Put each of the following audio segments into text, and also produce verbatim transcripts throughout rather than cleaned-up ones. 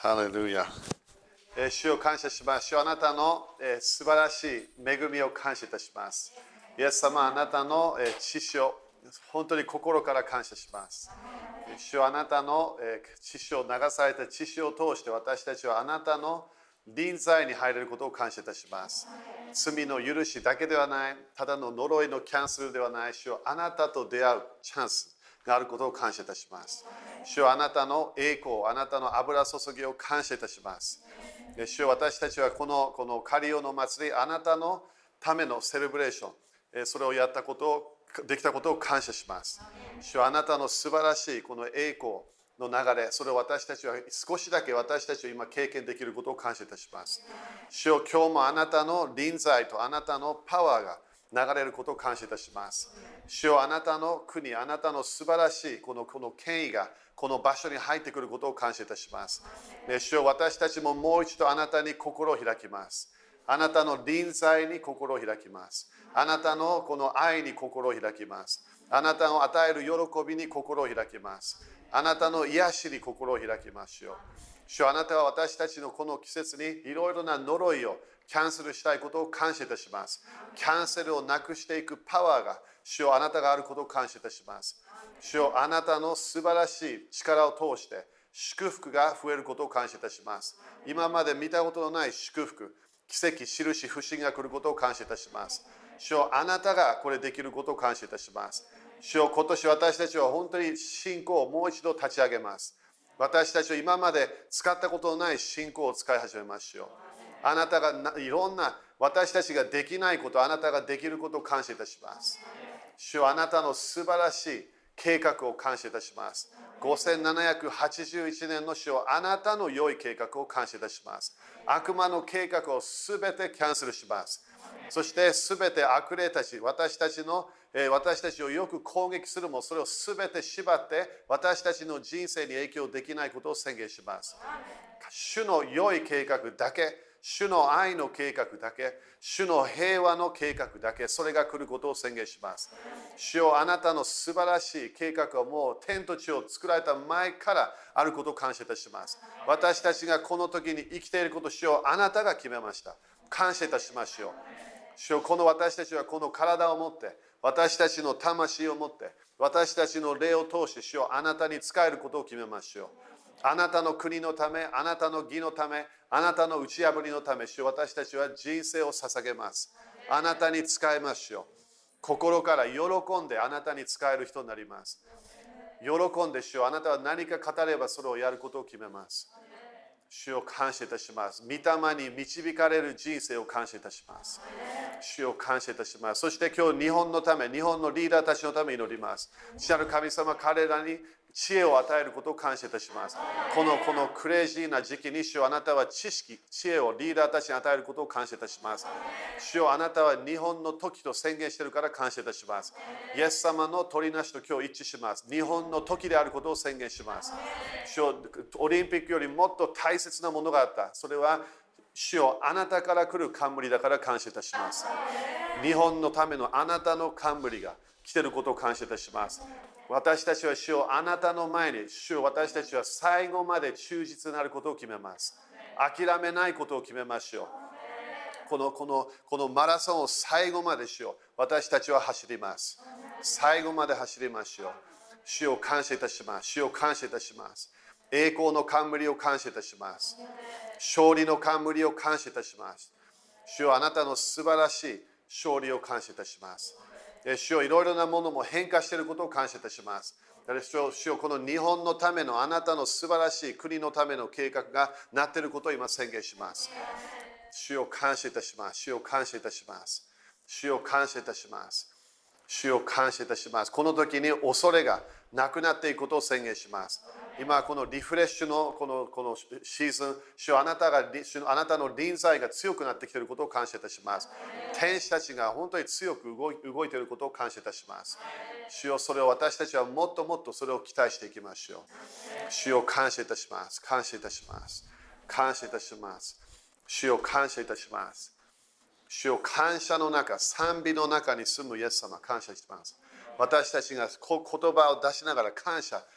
ハレルヤ。えー主を感謝します。主はあなたの、えー素晴らしい恵みを感謝いたします。イエス様、あなたの、えー知識を本当に心から感謝します。主はあなたの、えー知識を流された知識を通して私たちはあなたの臨在に入れることを感謝いたします。罪の許しだけではない、ただの呪いのキャンセルではない、主はあなたと出会うチャンスがあることを感謝いたします。主はあなたの栄光、あなたの油注ぎを感謝いたします。主は私たちはこの、このカリオの祭り、あなたのためのセレブレーション、それをやったことを、できたことを感謝します。主はあなたの素晴らしいこの栄光の流れ、それを私たちは少しだけ私たちは今経験できることを感謝いたします。主よ、今日もあなたの臨在とあなたのパワーが流れることを感謝いたします。主よ、あなたの国、あなたの素晴らしいこの、この権威がこの場所に入ってくることを感謝いたします。主よ、私たちももう一度あなたに心を開きます。あなたの臨在に心を開きます。あなたのこの愛に心を開きます。あなたの与える喜びに心を開きます。あなたの癒しに心を開きますよ。主よ、あなたは私たちのこの季節にいろいろな呪いをキャンセルしたいことを感謝いたします。キャンセルをなくしていくパワーが主よ、あなたがあることを感謝いたします。主よ、あなたの素晴らしい力を通して祝福が増えることを感謝いたします。今まで見たことのない祝福、奇跡、印、不思議が来ることを感謝いたします。主よ、あなたがこれできることを感謝いたします。主よ、今年私たちは本当に信仰をもう一度立ち上げます。私たちは今まで使ったことのない信仰を使い始めましょう。あなたがいろんな私たちができないこと、あなたができることを感謝いたします。主よ、あなたの素晴らしい計画を感謝いたします。ごせんななひゃくはちじゅういちねんの主よ、あなたの良い計画を感謝いたします。悪魔の計画をすべてキャンセルします。そしてすべて悪霊たち、私たちの、えー、私たちをよく攻撃するも、それをすべて縛って、私たちの人生に影響できないことを宣言します。主の良い計画だけ、主の愛の計画だけ、主の平和の計画だけ、それが来ることを宣言します。主よ、あなたの素晴らしい計画はもう天と地を作られた前からあることを感謝いたします。私たちがこの時に生きていることを主よ、あなたが決めました。感謝いたしましょう。主よ、この私たちはこの体を持って、私たちの魂を持って、私たちの霊を通して、主よ、あなたに仕えることを決めましょう。あなたの国のため、あなたの義のため、あなたの打ち破りのため、主よ、私たちは人生を捧げます。あなたに仕えましょう。心から喜んであなたに仕える人になります。喜んで、主よ、あなたは何か語ればそれをやることを決めます。主を感謝いたします。御霊に導かれる人生を感謝いたします。主を感謝いたします。そして今日日本のため、日本のリーダーたちのために祈ります。父なる神様、彼らに知恵を与えることを感謝いたします。このこのクレイジーな時期に主よ、あなたは知識、知恵をリーダーたちに与えることを感謝いたします。主よ、あなたは日本の時と宣言しているから感謝いたします。イエス様の取りなしと今日一致します。日本の時であることを宣言します。主よ、オリンピックよりもっと大切なものがあった。それは主よ、あなたから来る冠だから感謝いたします。日本のためのあなたの冠が来ていることを感謝いたします。私たちは主よ、あなたの前に、主よ、私たちは最後まで忠実になることを決めます。諦めないことを決めましょう。この、この、このマラソンを最後まで主よ、私たちは走ります。最後まで走りましょう。主を感謝いたします。主を感謝いたします。栄光の冠を感謝いたします。勝利の冠を感謝いたします。主よ、あなたの素晴らしい勝利を感謝いたします。主よ、いろいろなものも変化していることを感謝いたします。主よ、この日本のためのあなたの素晴らしい国のための計画がなっていることを今宣言します。主を感謝いたします。主を感謝いたします。主を感謝いたします。主を感謝いたします。この時に恐れがなくなっていくことを宣言します。今このリフレッシュのこのこのシーズン、主よ、あなたが主あなたの臨在が強くなってきていることを感謝いたします。天使たちが本当に強く動い、動いていることを感謝いたします。主よ、それを私たちはもっともっとそれを期待していきましょう。主よ、感謝いたします。感謝いたします。感謝いたします。主よ、感謝いたします。主よ、感謝の中、賛美の中に住むイエス様、感謝します。私たちが言葉を出しながら感謝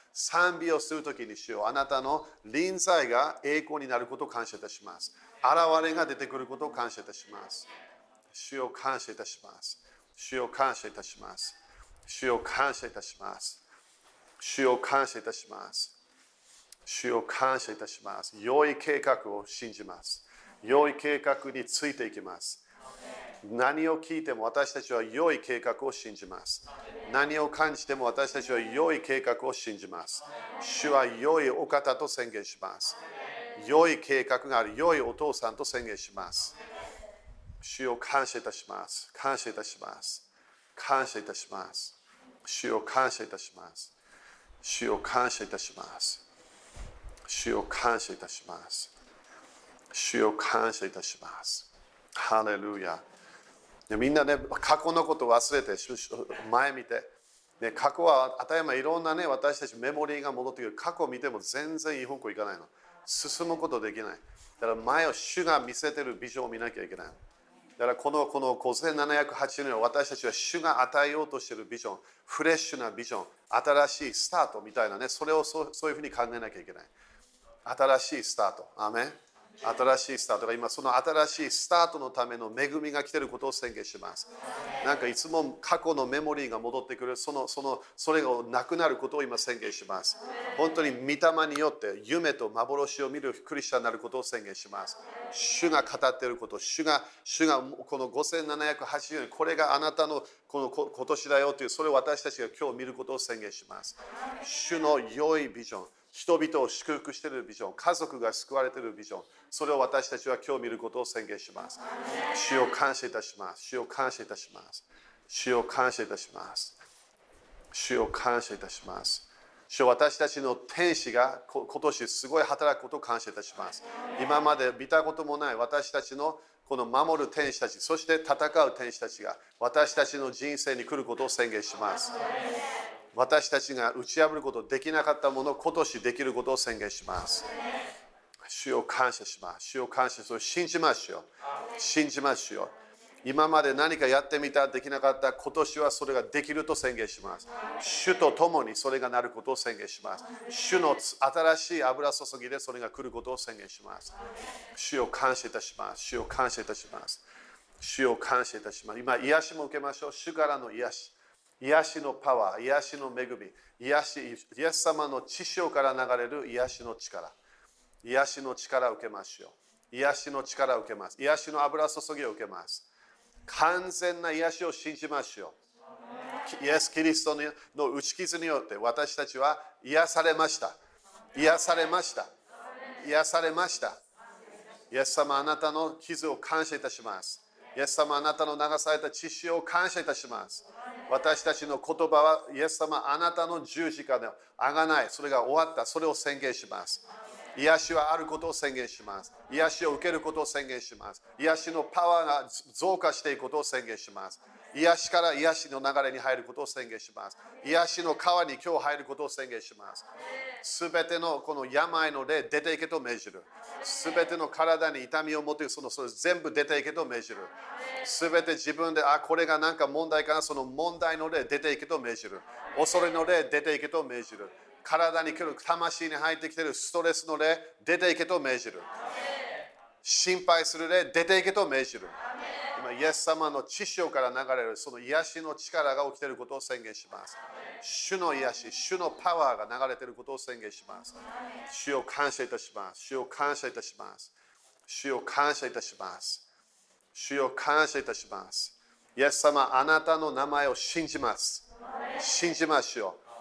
賛美をするときに主よ、あなたの臨在が栄光になることを感謝いたします。現れが出てくることを感謝いたします。主を感謝いたします。主を感謝いたします。主を感謝いたします。主を感謝いたします。主を感謝いたします。良い計画を信じます。良い計画についていきます。何を聞いても私たちは良い計画を信じます。何を感じても私たちは良い計画を信じます。主は良いお方と宣言します。良い計画がある良いお父さんと宣言します。主を感謝いたします。感謝いたします。感謝いたします。主を感謝いたします。主を感謝いたします。主を感謝いたします。主を感謝いたします。ハレルヤ。みんなね、過去のことを忘れて、前見て、ね、過去は当たり前いろんなね、私たちメモリーが戻ってくる。過去を見ても全然いい方向いかないの。進むことできない。だから前を主が見せてるビジョンを見なきゃいけない。だからこのこのごせんななひゃくはちねんは私たちは主が与えようとしているビジョン、フレッシュなビジョン、新しいスタートみたいなね、それをそうそういうふうに考えなきゃいけない。新しいスタート。アーメン。新しいスタートが今その新しいスタートのための恵みが来ていることを宣言します。なんかいつも過去のメモリーが戻ってくる、そのそのそれがなくなることを今宣言します。本当に御霊によって夢と幻を見るクリスチャンになることを宣言します。主が語っていること、主が主がこのごせんななひゃくはちじゅうねん、これがあなたのこの今年だよという、それを私たちが今日見ることを宣言します。主の良いビジョン。人々を祝福しているビジョン、家族が救われているビジョン、それを私たちは今日見ることを宣言します。主を感謝いたします。主を感謝いたします。主を感謝いたします。主を感謝いたします。主を私たちの天使が今年すごい働くことを感謝いたします。今まで見たこともない私たちのこの守る天使たち、そして戦う天使たちが私たちの人生に来ることを宣言します。私たちが打ち破ることできなかったものを今年できることを宣言します。主を感謝します。主を感謝する。信じますよ。信じますよ。今まで何かやってみた、できなかった、今年はそれができると宣言します。主と共にそれがなることを宣言します。主の新しい油注ぎでそれが来ることを宣言します。主を感謝いたします。主を感謝いたします。主を感謝いたします。今、癒しも受けましょう。主からの癒し。癒しのパワー、癒しの恵み、癒し、イエス様の血潮から流れる癒しの力。癒しの力を受けましょう。癒しの力を受けます。癒しの油注ぎを受けます。完全な癒しを信じましょう。イエス・キリストの打ち傷によって私たちは癒されました。癒されました。癒されました。イエス様、あなたの傷を感謝いたします。イエス様、あなたの流された血潮を感謝いたします。私たちの言葉は、イエス様、あなたの十字架であがない、それが終わった、それを宣言します。癒しはあることを宣言します。癒しを受けることを宣言します。癒しのパワーが増加していくことを宣言します。癒しから癒しの流れに入ることを宣言します。癒しの川に今日入ることを宣言します。すべてのこの病の霊出ていけと命じる。すべての体に痛みを持っているそのそれ全部出ていけと命じる。すべて自分であこれがなんか問題かな、その問題の霊出ていけと命じる。恐れの霊出ていけと命じる。体に来る魂に入ってきているストレスの霊出ていけと命じる。心配する霊出ていけと命じる。今イエス様の血潮から流れるその癒しの力が起きていることを宣言します。主の癒し、主のパワーが流れていることを宣言します。主を感謝いたします。主を感謝いたします。主を感謝いたします。主を感謝いたします。イエス様、あなたの名前を信じます。信じましょう。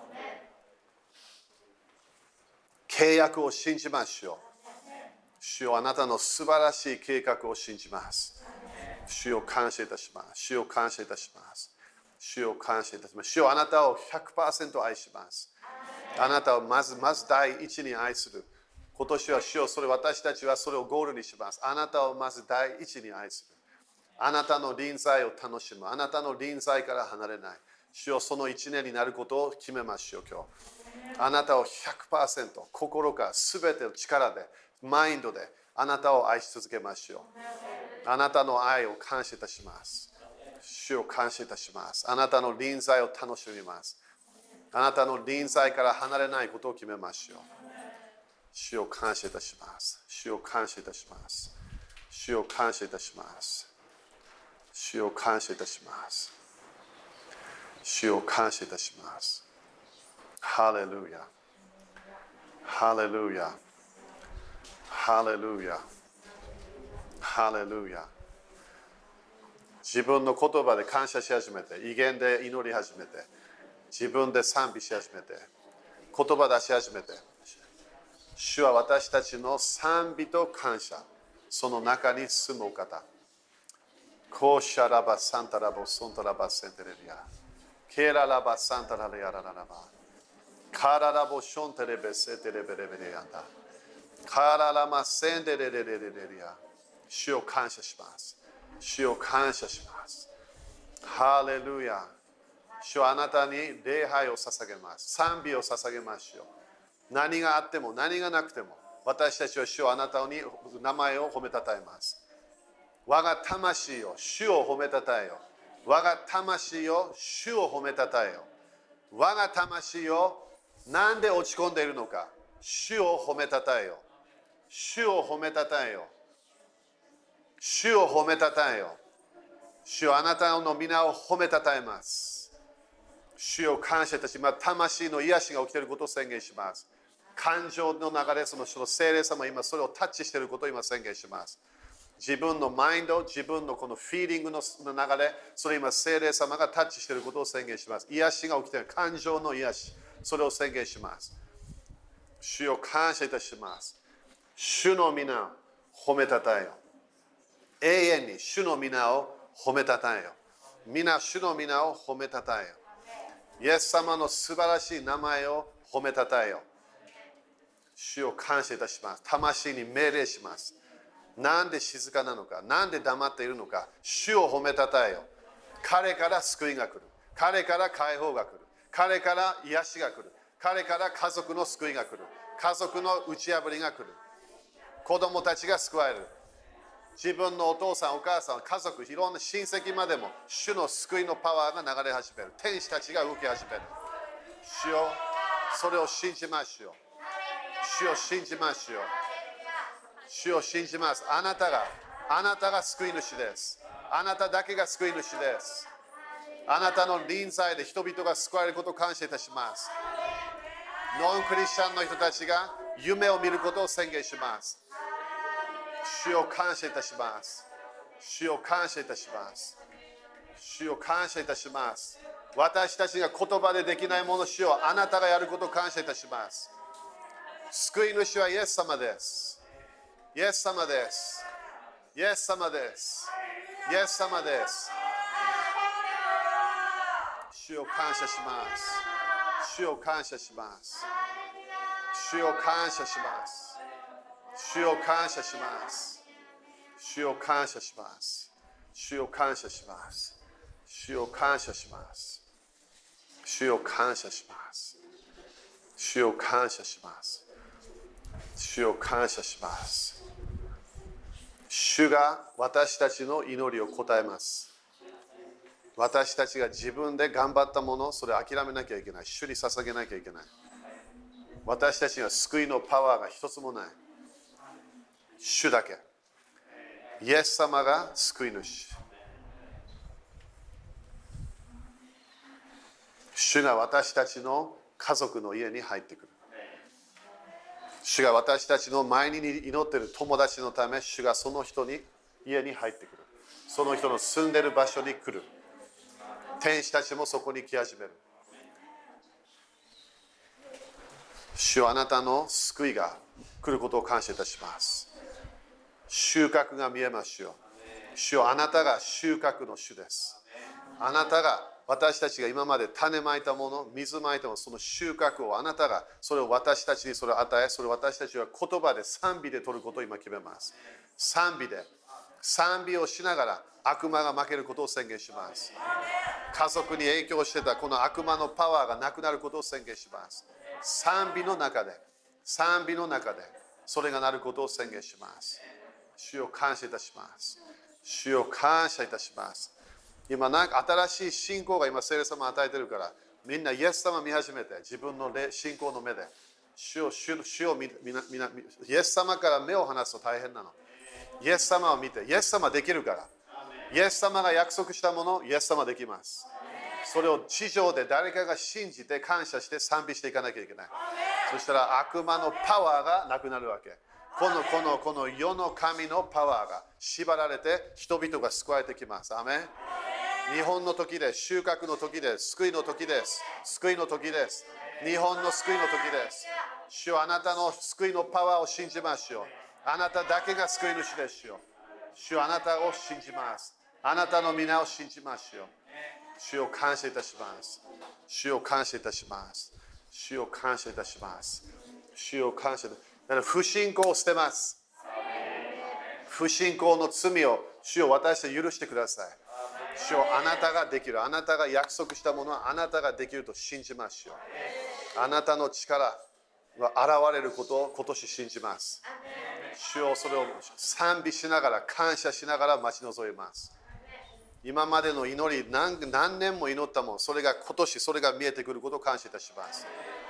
契約を信じましょう。主よ、あなたの素晴らしい計画を信じます。主を感謝いたします。主を感謝いたします。主を感謝いたします。主よ、あなたを ひゃくパーセント 愛します。あなたをまずまず第一に愛する。今年は主よ、それ私たちはそれをゴールにします。あなたをまず第一に愛する。あなたの臨在を楽しむ。あなたの臨在から離れない。主よ、その一年になることを決めましょう、今日。あなたを ひゃくパーセント 心からすべての力で、マインドであなたを愛し続けましょう。あなたの愛を感謝いたします。主を感謝いたします。あなたの臨在を楽しみます。 あなたの臨在から離れないことを決めましょう。主を感謝いたします。主を感謝いたします。主を感謝いたします。主を感謝いたします。主を感謝いたします。ハレルヤ。ハレルヤ。ハレルヤ。ハレルヤ。自分の言葉で感謝し始めて、威厳で祈り始めて、自分で賛美し始めて、言葉出し始めて、主は私たちの賛美と感謝、その中に住むお方。コーシャラバサンタラボソンタラバセンテレリア。ケララバサンタラリアラララバ。カララボションテレベセテレベレベレアンダ。カララマセンデレレレレレリア。主を感謝します。主を感謝します。ハレルヤ。主はあなたに礼拝を捧げます。賛美を捧げましょう。何があっても何がなくても、私たちは主をあなたに名前を褒めたたえます。我が魂よ、主を褒めたたえよ。我が魂よ、主を褒めたたえよ。我が魂よ、なんで落ち込んでいるのか、主を褒めたたえよ。主を褒めたたえよ。主を褒めたたえよ。主はあなたの皆を褒めたたえます。主を感謝いたします。魂の癒しが起きていることを宣言します。感情の流れ、その主の聖霊様、今それをタッチしていることを今宣言します。自分のマインド、自分のこのフィーリングの流れ、それ今聖霊様がタッチしていることを宣言します。癒しが起きている、感情の癒し、それを宣言します。主を感謝いたします。主の皆を褒めたたえよ。永遠に主の皆を褒めたたえよ。皆主の皆を褒めたたえよ。イエス様の素晴らしい名前を褒めたたえよ。主を感謝いたします。魂に命令します。なんで静かなのか、なんで黙っているのか、主を褒めたたえよ。彼から救いが来る。彼から解放が来る。彼から癒しが来る。彼から家族の救いが来る。家族の打ち破りが来る。子供たちが救われる。自分のお父さん、お母さん、家族、いろんな親戚までも主の救いのパワーが流れ始める。天使たちが動き始める。主よ、それを信じましょう。主を信じましょう。主を信じます。あなたが、あなたが救い主です。あなただけが救い主です。あなたの臨在で人々が救われることを感謝いたします。ノンクリスチャンの人たちが夢を見ることを宣言します。主を感謝いたします。主を感謝いたします。主を感謝いたします。私たちが言葉でできないもの、主をあなたがやることを感謝いたします。救い主はイエス様です。イエス様です。イエス様です。イエス様です。主を感謝します。主を感謝します。主を感謝します。主を感謝します。主を感謝します。主を感謝します。主を感謝します。主を感謝します。主を感謝します。主を感謝します。主が私たちの祈りを答えます。私たちが自分で頑張ったもの、それを諦めなきゃいけない。主に捧げなきゃいけない。私たちには救いのパワーが一つもない。主だけ。イエス様が救い主。主が私たちの家族の家に入ってくる。主が私たちの前に祈っている友達のため、主がその人に家に入ってくる。その人の住んでいる場所に来る。天使たちもそこに来始める。主はあなたの救いが来ることを感謝いたします。収穫が見えますよ。主はあなたが収穫の主です。あなたが私たちが今まで種まいたもの、水まいたもの、その収穫をあなたがそれを私たちにそれを与え、それを私たちは言葉で賛美で取ることを今決めます。賛美で、賛美をしながら悪魔が負けることを宣言します。家族に影響してたこの悪魔のパワーがなくなることを宣言します。賛美の中で、賛美の中でそれがなることを宣言します。主を感謝いたします。主を感謝いたします。今なんか新しい信仰が今聖霊様与えてるから、 みんなイエス様見始めて、自分の信仰の目で。主を、主主を見みなみなイエス様から目を離すと大変なの。イエス様を見て、イエス様できるから。イエス様が約束したもの、イエス様できます。それを地上で誰かが信じて感謝して賛美していかなきゃいけない。そしたら悪魔のパワーがなくなるわけ。このこのこの世の神のパワーが縛られて人々が救われてきます。アメン。日本の時です。収穫の時です。救いの時です。救いの時です。日本の救いの時です。主よ、あなたの救いのパワーを信じましょう。あなただけが救い主ですよ。主よ、あなたを信じます。あなたの皆を信じましょう。主を感謝いたします。主を感謝いたします。主を感謝いたします。主を感謝いたします。だから不信仰を捨てます。不信仰の罪を主を私は許してください。主をあなたができる。あなたが約束したものはあなたができると信じましょう。あなたの力が現れることを今年信じます。主をそれを賛美しながら感謝しながら待ち望みます。今までの祈り 何, 何年も祈ったもん、それが今年それが見えてくることを感謝いたします。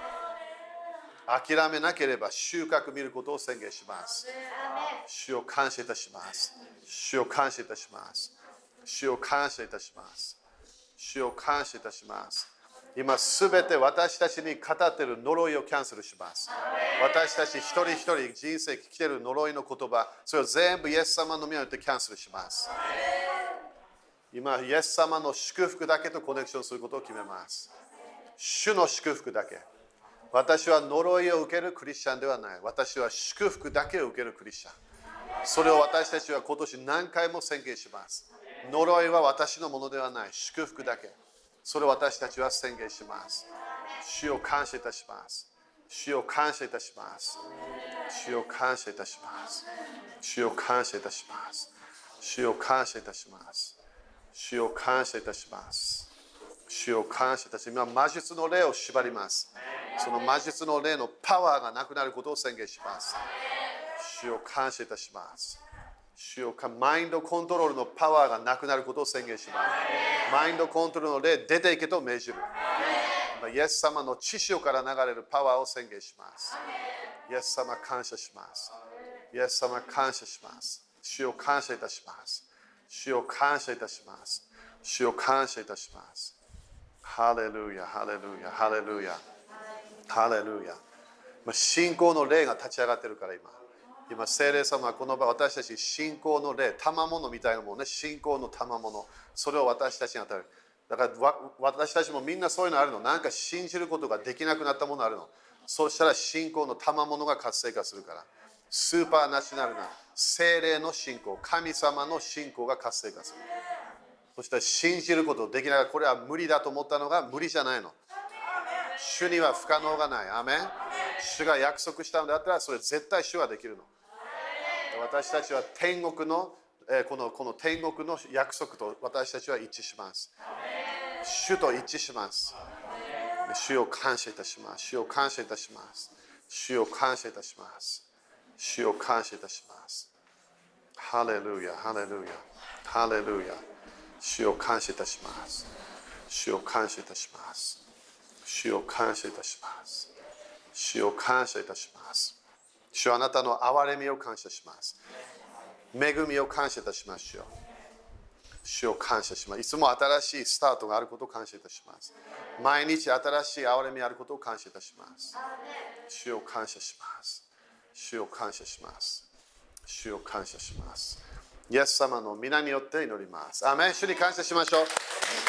諦めなければ収穫見ることを宣言します。主を感謝いたします。主を感謝いたします。主を感謝いたします。主を感謝いたします。今すべて私たちに語っている呪いをキャンセルします。私たち一人一人人生来ている呪いの言葉、それを全部イエス様の皆によってキャンセルします。今、イエス様の祝福だけとコネクションすることを決めます。主の祝福だけ。私は呪いを受けるクリスチャンではない。私は祝福だけを受けるクリスチャン。それを私たちは今年何回も宣言します。呪いは私のものではない。祝福だけ。それを私たちは宣言します。主を感謝いたします。主を感謝いたします。主を感謝いたします。主を感謝いたします。主を感謝いたします。主を感謝いたします。主を感謝いたします。今、魔術の霊を縛ります。その魔術の霊のパワーがなくなることを宣言します。主を感謝いたします。主をマインドコントロールのパワーがなくなることを宣言します。マインドコントロールの霊、出ていけと命じる。イエス様の血潮から流れるパワーを宣言します。イエス様感謝します。イエス様感謝します。主を感謝いたします。主を感謝いたします。主を感謝いたします。ハレルヤ、ハレルヤ、ハレルヤ、ハレルヤ。信仰の霊が立ち上がってるから今。今、聖霊様はこの場、私たち信仰の霊、賜物みたいなものね、信仰の賜物、それを私たちに与える。だから私たちもみんなそういうのあるの。なんか信じることができなくなったものあるの。そうしたら信仰の賜物が活性化するから。スーパーナショナルな聖霊の信仰、神様の信仰が活性化する。そしたら信じることできない。これは無理だと思ったのが無理じゃないの。主には不可能がない。アメン。主が約束したのであったらそれ絶対主はできるの。私たちは天国の、えー、この、この天国の約束と私たちは一致します。主と一致します。主を感謝いたします。主を感謝いたします。主を感謝いたします。主を感謝いたします。ハレルヤ、ハレルヤ、ハレルヤ。主を感謝いたします。主を感謝いたします。主を感謝いたします。主を感謝いたします。主はあなたの憐れみを感謝します。恵みを感謝いたしましょう。主を感謝します。いつも新しいスタートがあることを感謝いたします。毎日新しい憐れみがあることを感謝いたします。主を感謝します。主を感謝します。主を感謝します。イエス様の皆によって祈ります。アーメン。主に感謝しましょう。ハ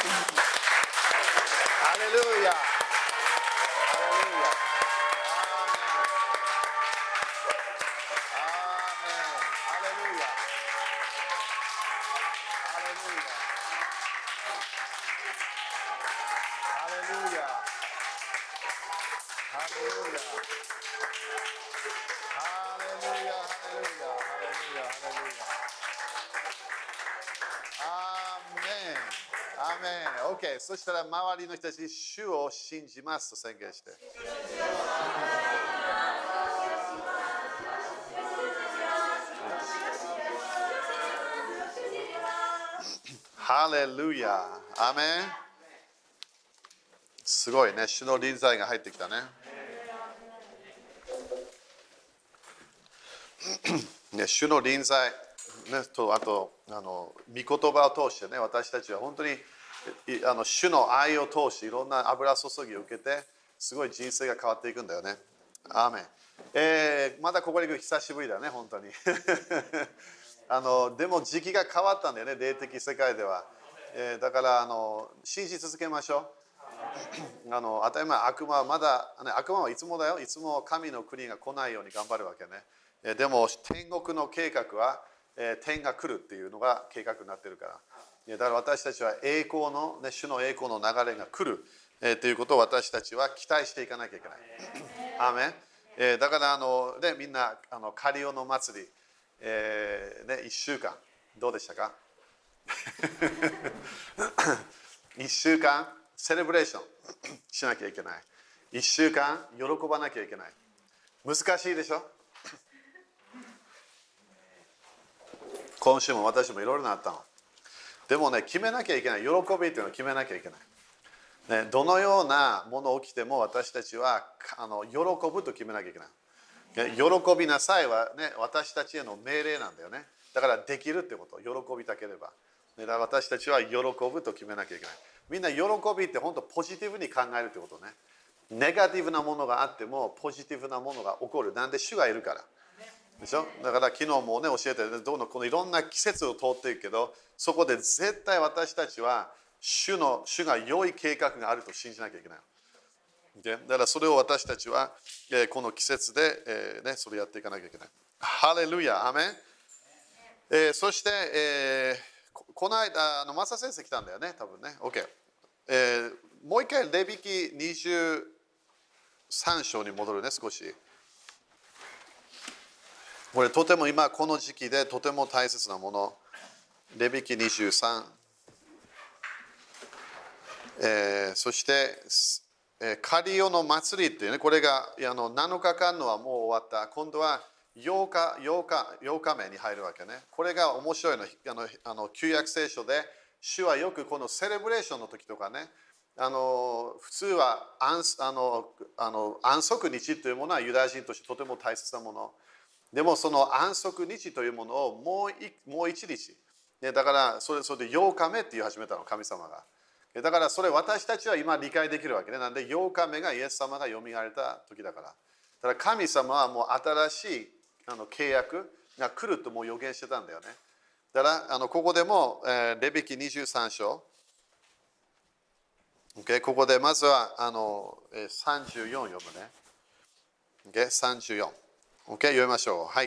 レルヤ。そしたら周りの人たちに主を信じますと宣言して。ハレルヤ。アメン。 すごいね、主の臨在が入ってきたね。ね、主の臨在、ね、とあとあの御言葉を通してね、私たちは本当にあの主の愛を通していろんな油注ぎを受けて、すごい人生が変わっていくんだよね。アーメン。えー、まだここに来る久しぶりだね、本当に。あのでも時期が変わったんだよね、霊的世界では。えー、だからあの信じ続けましょう。あの当たり前、悪魔はまだ、ね、悪魔はいつもだよ、いつも神の国が来ないように頑張るわけね。えー、でも天国の計画は、えー、天が来るっていうのが計画になってるから。だから私たちは栄光の、ね、主の栄光の流れが来る、えー、ということを私たちは期待していかなきゃいけない。アーメン。えー、だからあの、ね、みんなあのカリオの祭り、えーね、いっしゅうかんどうでしたか？いっしゅうかんセレブレーションしなきゃいけない。いっしゅうかん喜ばなきゃいけない。難しいでしょ？今週も私もいろいろなったの。でもね、決めなきゃいけない。喜びっていうのを決めなきゃいけない。ね、どのようなもの起きても私たちはあの喜ぶと決めなきゃいけない。喜びなさいは、ね、私たちへの命令なんだよね。だからできるってこと、喜びたければ。だから私たちは喜ぶと決めなきゃいけない。みんな喜びって本当ポジティブに考えるってことね。ネガティブなものがあってもポジティブなものが起こる。なんで主がいるから。でしょ？だから昨日もね教えて、どうのこのいろんな季節を通っていくけど、そこで絶対私たちは主の主が良い計画があると信じなきゃいけない。だからそれを私たちは、えー、この季節で、えーね、それやっていかなきゃいけない。ハレルヤ、アメン。えー、そして、えー、こ, この間、あのマサ先生来たんだよね、多分ね。OK。えー、もう一回、レビ記にじゅうさん章に戻るね、少し。これとても今この時期でとても大切なもの。レビ記にじゅうさん。えー、そして、えー、カリオの祭りっていうね、これがあのなのかかんのはもう終わった。今度はようか、ようか、ようかめに入るわけね。これが面白いの。あのあの旧約聖書で、主はよくこのセレブレーションの時とかね、あの普通は安あのあの安息日というものはユダヤ人としてとても大切なもの。でもその安息日というものをもういもう一日、ね、だからそれそれでようかめって言い始めたの、神様が。だからそれ私たちは今理解できるわけね。なんでようかめがイエス様がよみがえった時だから。だから神様はもう新しいあの契約が来るともう予言してたんだよね。だからあのここでも、えー、レビ記にじゅうさん章。Okay、ここでまずはあのさんじゅうよん読むね。Okay、さんじゅうよん。OK、読みましょう。はい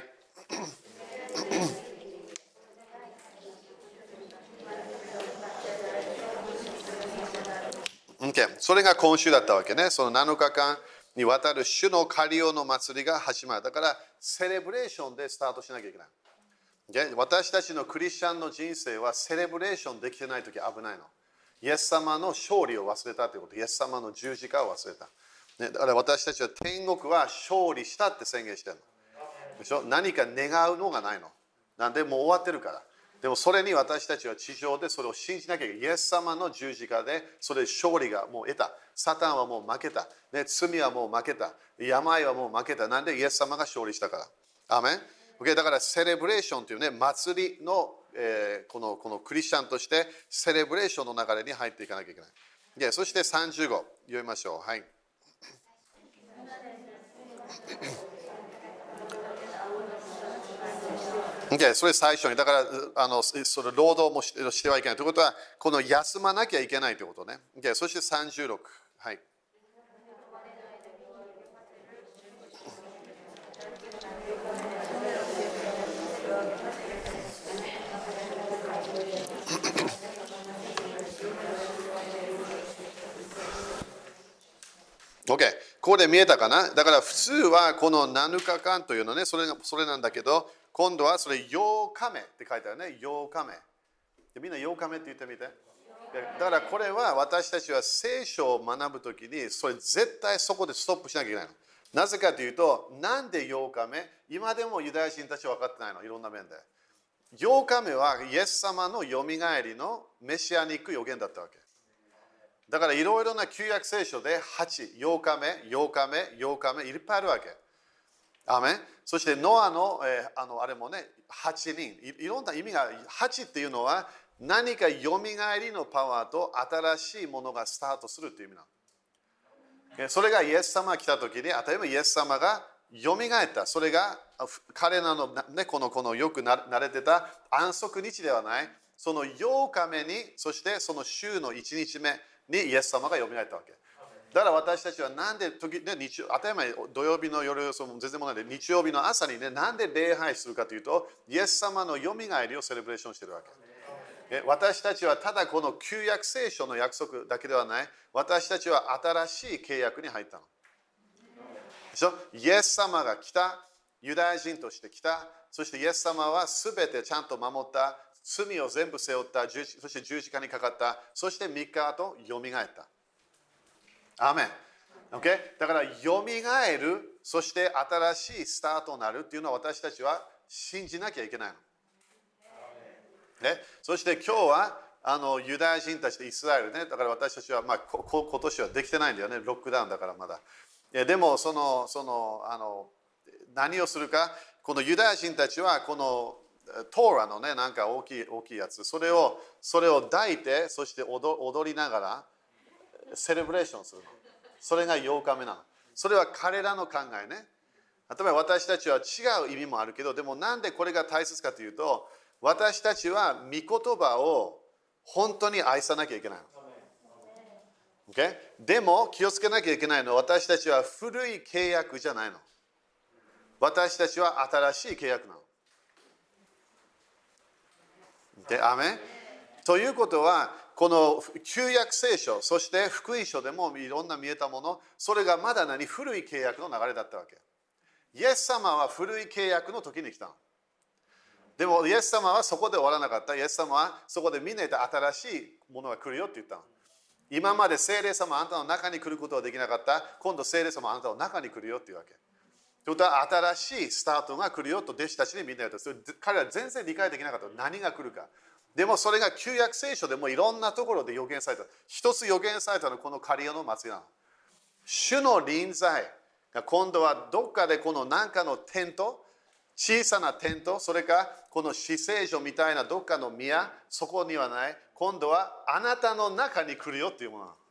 。Okay、それが今週だったわけね。そのなのかかんにわたる主のカリオの祭りが始まる。だから、セレブレーションでスタートしなきゃいけない。Okay、私たちのクリスチャンの人生はセレブレーションできてないとき危ないの。イエス様の勝利を忘れたということ。イエス様の十字架を忘れた。ね、だから私たちは天国は勝利したって宣言してるの。でしょ？何か願うのがないの。なんでもう終わってるから。でもそれに私たちは地上でそれを信じなきゃいけない。イエス様の十字架でそれで勝利がもう得た。サタンはもう負けた。ね、罪はもう負けた。病はもう負けた。なんでイエス様が勝利したから。アーメン。Okay、だからセレブレーションというね、祭りの、えー、この、このクリスチャンとしてセレブレーションの流れに入っていかなきゃいけない。でそしてさんじゅうご読みましょう。はい。Okay、それ最初に、だからあのその労働もしてはいけないということは、この休まなきゃいけないということね。Okay、そしてさんじゅうろく。はい。OK、ここで見えたかな。だから普通はこのなのかかんというのね、それがそれなんだけど、今度はそれようかめって書いてあるね。ようかめ。みんなようかめって言ってみて。だからこれは私たちは聖書を学ぶときに、それ絶対そこでストップしなきゃいけないの。なぜかというと、なんでようかめ？今でもユダヤ人たちは分かってないの、いろんな面で。ようかめはイエス様のよみがえりのメシアニック予言だったわけ。 だからいろいろな旧約聖書ではち、ようかめ、ようかめ、ようかめ、いっぱいあるわけ。アメン。そしてノアの、えー、あのあれもね、はちにんい。いろんな意味が、はちっていうのは何かよみがえりのパワーと新しいものがスタートするっていう意味なの。それがイエス様が来た時に、例えばイエス様がよみがえった。それが彼らの、ね、このこのよく慣れてた安息日ではない。そのようかめに、そしてその週のいちにちめにイエス様がよみがえったわけ。だから私たちはなんで時、ね、日曜、当たり前土曜日の夜、その全然問題で日曜日の朝にね、なんで礼拝するかというと、イエス様のよみがえりをセレブレーションしているわけ。私たちはただこの旧約聖書の約束だけではない。私たちは新しい契約に入ったの。でしょ？イエス様が来た、ユダヤ人として来た、そしてイエス様はすべてちゃんと守った、罪を全部背負った、そして十字架にかかった、そしてみっかあとよみがえった。アーメン。Okay? だから、よみがえる、そして新しいスタートになるっていうのは私たちは信じなきゃいけないの。ね、そして今日はあのユダヤ人たちでイスラエルね、だから私たちは、まあ、ここ今年はできてないんだよね、ロックダウンだからまだ。でもそのそのあの何をするか、このユダヤ人たちはこのトーラのね、なんか大きい大きいやつ、それをそれを抱いて、そして踊踊りながらセレブレーションするの。それがようかめなの。それは彼らの考えね。例えば私たちは違う意味もあるけど、でもなんでこれが大切かというと、私たちは御言葉を本当に愛さなきゃいけないの。Okay? でも気をつけなきゃいけないのは、私たちは古い契約じゃないの。私たちは新しい契約なの。Okay? アメン。ということは、この旧約聖書、そして福音書でもいろんな見えたもの、それがまだ何古い契約の流れだったわけ。イエス様は古い契約の時に来たの。でもイエス様はそこで終わらなかった。イエス様はそこでみんなで新しいものが来るよって言ったの。今まで聖霊様あなたの中に来ることはできなかった。今度聖霊様あなたの中に来るよっていうわけ。ということは新しいスタートが来るよと弟子たちにみんな言った。それ彼ら全然理解できなかった。何が来るか。でもそれが旧約聖書でもいろんなところで予言された。一つ予言されたのはこのカリオの祭りなの。主の臨在が今度はどっかでこの何かのテント、小さなテント、それかこの死聖所みたいなどっかの宮、そこにはない。今度はあなたの中に来るよっていうものなの。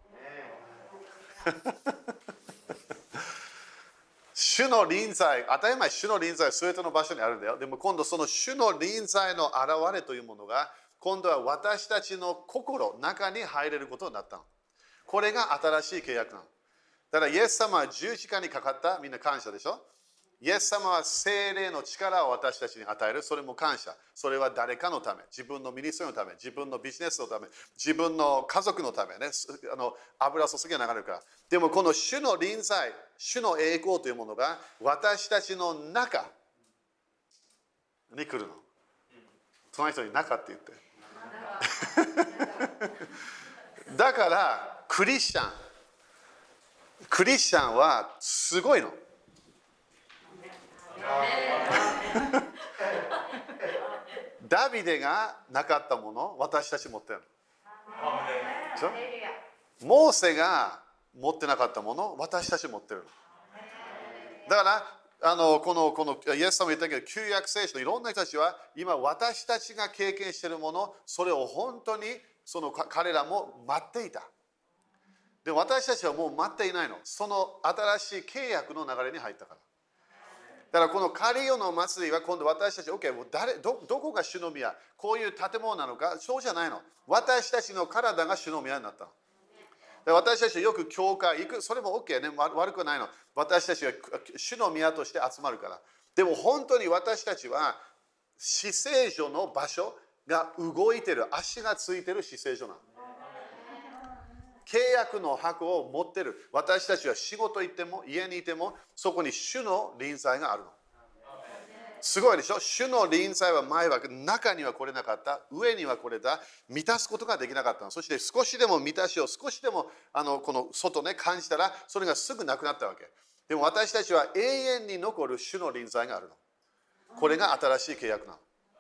主の臨在、当たり前主の臨在は全ての場所にあるんだよ。でも今度その主の臨在の現れというものが、今度は私たちの心、中に入れることになったの。これが新しい契約なの。だからイエス様は十字架にかかった、みんな感謝でしょ。イエス様は聖霊の力を私たちに与える。それも感謝。それは誰かのため、自分のミニストリーのため、自分のビジネスのため、自分の家族のためね、あの油注ぎが流れるから。でもこの主の臨在、主の栄光というものが私たちの中に来るの。その人に中って言って。だからクリスチャン、クリスチャンはすごいの。ダビデがなかったもの、私たち持ってるの。モーセが持ってなかったもの、私たち持ってるの。だからあのこのこのイエス様も言ったけど、旧約聖書のいろんな人たちは今私たちが経験しているもの、それを本当にその彼らも待っていた。でも私たちはもう待っていないの。その新しい契約の流れに入ったから。だからこのカリオの祭りは今度私たち、OK、もう誰 ど, どこが主の宮、こういう建物なのか、そうじゃないの。私たちの体が主の宮になったの。で私たちはよく教会行く、それも OK ね、悪くないの。私たちは主の宮として集まるから。でも本当に私たちは死聖所の場所が動いてる、足がついてる死聖所なの。契約の箱を持ってる。私たちは仕事行っても家にいてもそこに主の臨在があるの。すごいでしょ。主の臨在は前は中には来れなかった、上には来れた、満たすことができなかったの。そして少しでも満たしを少しでもあのこの外ね感じたらそれがすぐなくなったわけ。でも私たちは永遠に残る主の臨在があるの。これが新しい契約なの。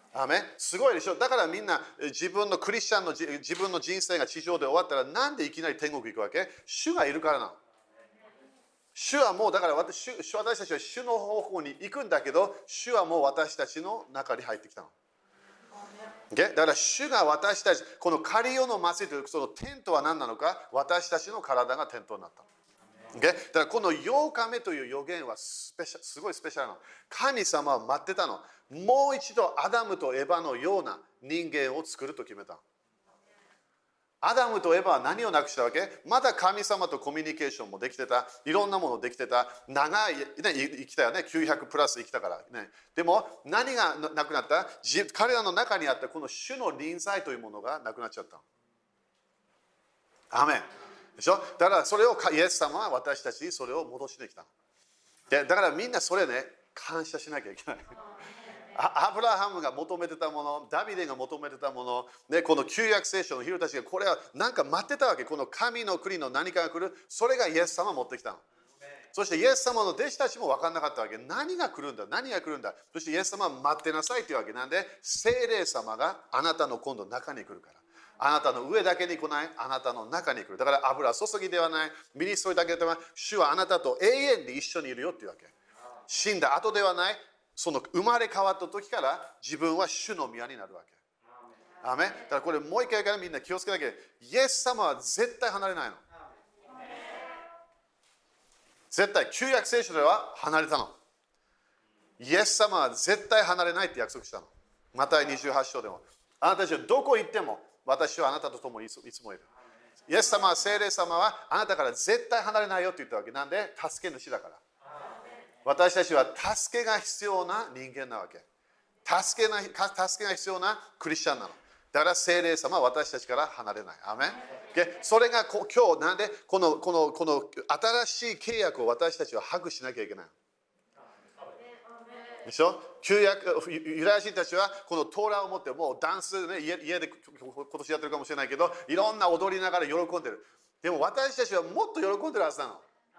アーメン。すごいでしょ。だからみんな自分のクリスチャンの自分の人生が地上で終わったらなんでいきなり天国行くわけ？主がいるからなの。主はもうだから 私, 私たちは主の方向に行くんだけど、主はもう私たちの中に入ってきたの。Okay? だから主が私たち、このカリオの祭りというそのテントは何なのか、私たちの体がテントになった。Okay? だからこのようかめという予言はスペシャすごいスペシャルなの。神様は待ってたの。もう一度アダムとエバのような人間を作ると決めた。アダムとエバは何をなくしたわけ？まだ神様とコミュニケーションもできてた。いろんなものできてた。長い、ね、生きたよね。きゅうひゃくプラス生きたから。ね、でも何がなくなった？彼らの中にあったこの主の臨在というものがなくなっちゃった。アーメン。でしょ？だからそれをイエス様は私たちにそれを戻してきた。でだからみんなそれね、感謝しなきゃいけない。アブラハムが求めてたもの、ダビデが求めてたもの、ね、この旧約聖書の人たちがこれはなんか待ってたわけ。この神の国の何かが来る、それがイエス様が持ってきたの。そしてイエス様の弟子たちも分からなかったわけ。何が来るんだ、何が来るんだ。そしてイエス様は待ってなさいというわけなんで、聖霊様があなたの今度中に来るから。あなたの上だけに来ない、あなたの中に来る。だから油注ぎではない、身に添いだけではない、主はあなたと永遠に一緒にいるよというわけ。死んだ後ではない、その生まれ変わった時から自分は主の宮になるわけ。アーメン。だからこれもう一回からみんな気をつけなきゃいけない。イエス様は絶対離れないの。絶対、旧約聖書では離れたの。イエス様は絶対離れないって約束したの。マタイにじゅうはち章でも。あなたたちはどこ行っても私はあなたと共にいつもいる。イエス様は聖霊様はあなたから絶対離れないよって言ったわけ。なんで助け主だから。私たちは助けが必要な人間なわけ。助けな助けが必要なクリスチャンなの。だから聖霊様は私たちから離れない。アメン。それが今日なんでこのこのこの新しい契約を私たちはハグしなきゃいけない。でしょ？旧約ユダヤ人たちはこのトーラを持ってもうダンス、ね、家, 家で今年やってるかもしれないけどいろんな踊りながら喜んでる。でも私たちはもっと喜んでるはずなの。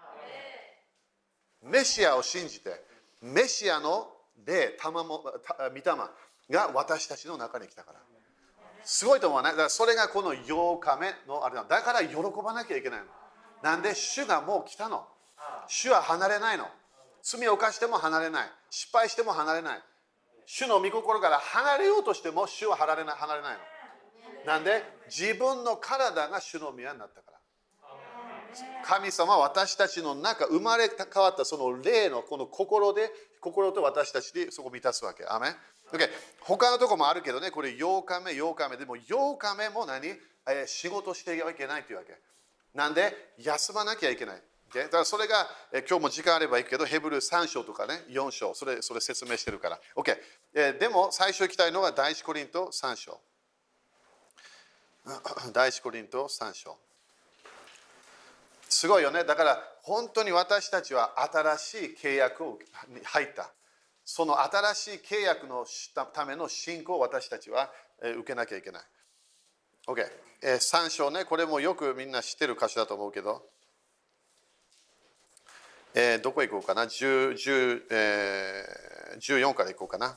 メシアを信じてメシアの霊、玉も御霊が私たちの中に来たからすごいと思わない？だからそれがこのようかめのあれなの。だから喜ばなきゃいけないの。なんで主がもう来たの。主は離れないの。罪を犯しても離れない。失敗しても離れない。主の御心から離れようとしても主は離れない、離れないの。なんで自分の体が主の宮になったから。神様は私たちの中、生まれ変わったその霊のこの心で、心と私たちでそこを満たすわけ。アメン。Okay、他のところもあるけどね、これようかめ、ようかめ。でもようかめも何、えー、仕事してはいけないというわけ。なんで休まなきゃいけない。Okay、だからそれが、えー、今日も時間あればいいけど、ヘブルさん章とかね、よん章、それ、それ説明してるから。Okay、えー、でも最初行きたいのは第一コリントさん章。第一コリントさん章。すごいよね。だから本当に私たちは新しい契約に入った。その新しい契約のための信仰を私たちは受けなきゃいけない。OK、えー、さん章ね、これもよくみんな知ってる歌詞だと思うけど、えー、どこ行こうかな、じゅう、じゅう、えー、じゅうよんから行こうかな。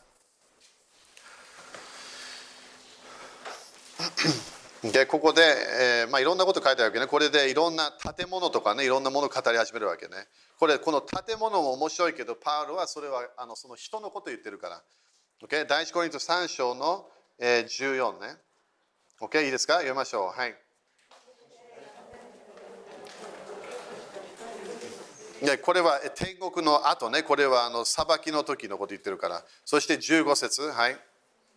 でここで、えーまあ、いろんなこと書いてあるわけね。これでいろんな建物とかね、いろんなものを語り始めるわけね。これ、この建物も面白いけど、パウロはそれはあのその人のことを言ってるから。Okay? 第一コリントさん章の、えー、じゅうよんね。OK、いいですか？読みましょう。はい。でこれは天国の後ね、これはあの裁きの時のこと言ってるから。そしてじゅうご節、はい。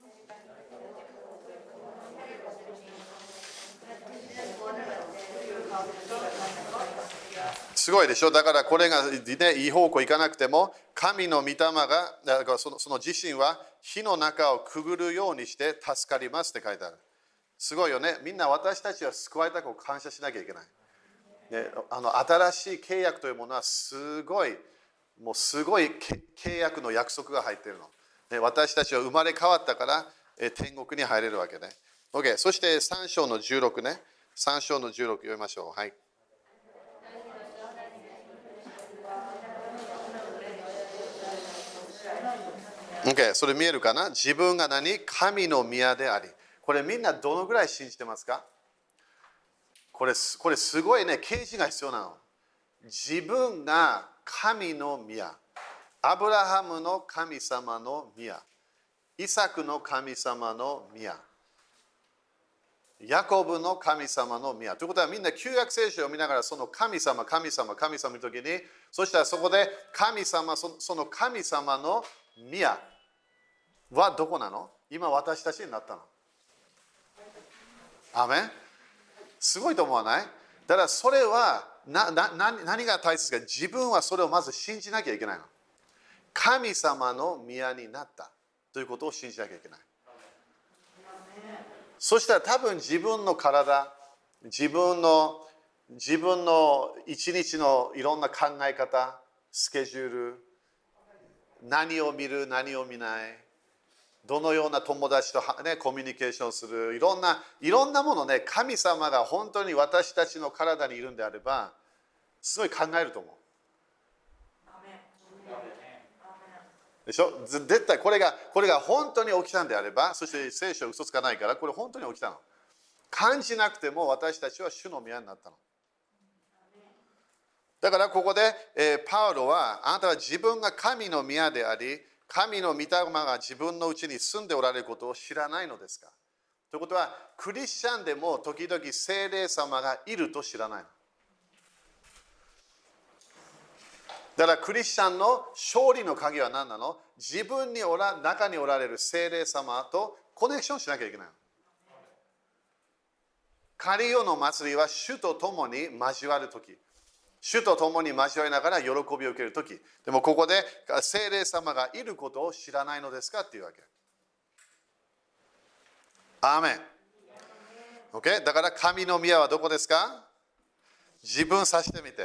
すごいでしょ。だからこれが、ね、いい方向行かなくても神の御霊がだからその、その自身は火の中をくぐるようにして助かりますって書いてある。すごいよね。みんな私たちは救われたことを感謝しなきゃいけない。ね、あの新しい契約というものはすごいもうすごい契約の約束が入っているの、ね、私たちは生まれ変わったからえ天国に入れるわけね。 OK、 そしてさん章のじゅうろくね、さん章のじゅうろく読みましょう。はい。 OK、それ見えるかな？自分が何？神の宮であり。これみんなどのぐらい信じてますか？これ、これすごいね、啓示が必要なの。自分が神の宮。アブラハムの神様の宮。イサクの神様の宮。ヤコブの神様の宮。ということはみんな旧約聖書を見ながらその神様、神様、神様の時に、そしたらそこで神様、その神様の宮はどこなの？今私たちになったの。アメン。すごいと思わない？だからそれはなな何何が大切か、自分はそれをまず信じなきゃいけないの。神様の宮になったということを信じなきゃいけない。そしたら多分自分の体、自分の自分の一日のいろんな考え方、スケジュール、何を見る、何を見ない、どのような友達と、ね、コミュニケーションする、いろんないろんなものね、神様が本当に私たちの体にいるんであれば、すごい考えると思う。でしょ？絶対これがこれが本当に起きたんであれば、そして聖書は嘘つかないから、これ本当に起きたの。感じなくても私たちは主の宮になったの。だからここで、えー、パウロは、あなたは自分が神の宮であり、神の御霊が自分のうちに住んでおられることを知らないのですか？ということは、クリスチャンでも時々聖霊様がいると知らないの。だからクリスチャンの勝利の鍵は何なの？自分におら中におられる聖霊様とコネクションしなきゃいけないの。カリオの祭りは主と共に交わるとき。主と共に交わりながら喜びを受けるとき。でもここで聖霊様がいることを知らないのですかっていうわけ。アーメン。OK？ だから神の宮はどこですか？自分さしてみて。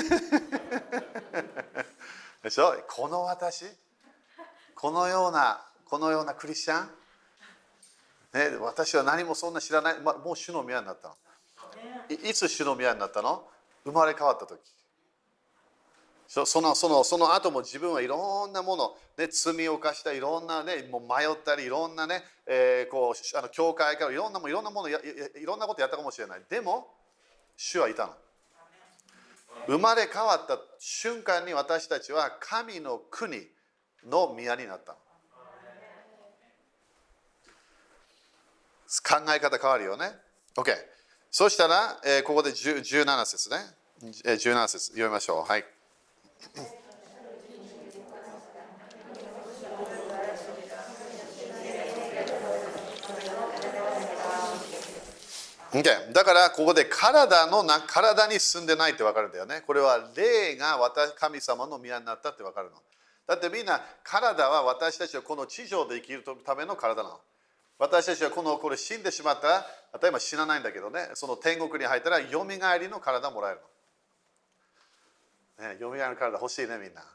でしょ？この私、このような、このようなクリスチャン、ね、私は何もそんな知らない、ま、もう主の宮になったの。い, いつ主の宮になったの？生まれ変わった時。そのそのその後も自分はいろんなもの、ね、罪を犯したいろんな、ね、もう迷ったりいろんなね、えー、こうあの教会からいろんなもいろんなものやいろんなことやったかもしれない。でも主はいたの。生まれ変わった瞬間に私たちは神の国の宮になったの。考え方変わるよね。OK。そしたら、えー、ここでじゅうなな節ね。じゅうなな節読みましょう。はい。Okay、だからここで体のな体に住んでないって分かるんだよね。これは霊が私神様の宮になったって分かるの。だってみんな体は私たちはこの地上で生きるための体なの。私たちはこのこれ死んでしまったら、例えば死なないんだけどね、その天国に入ったらよみがえりの体もらえるの。ね、よみがえりの体欲しいねみんな。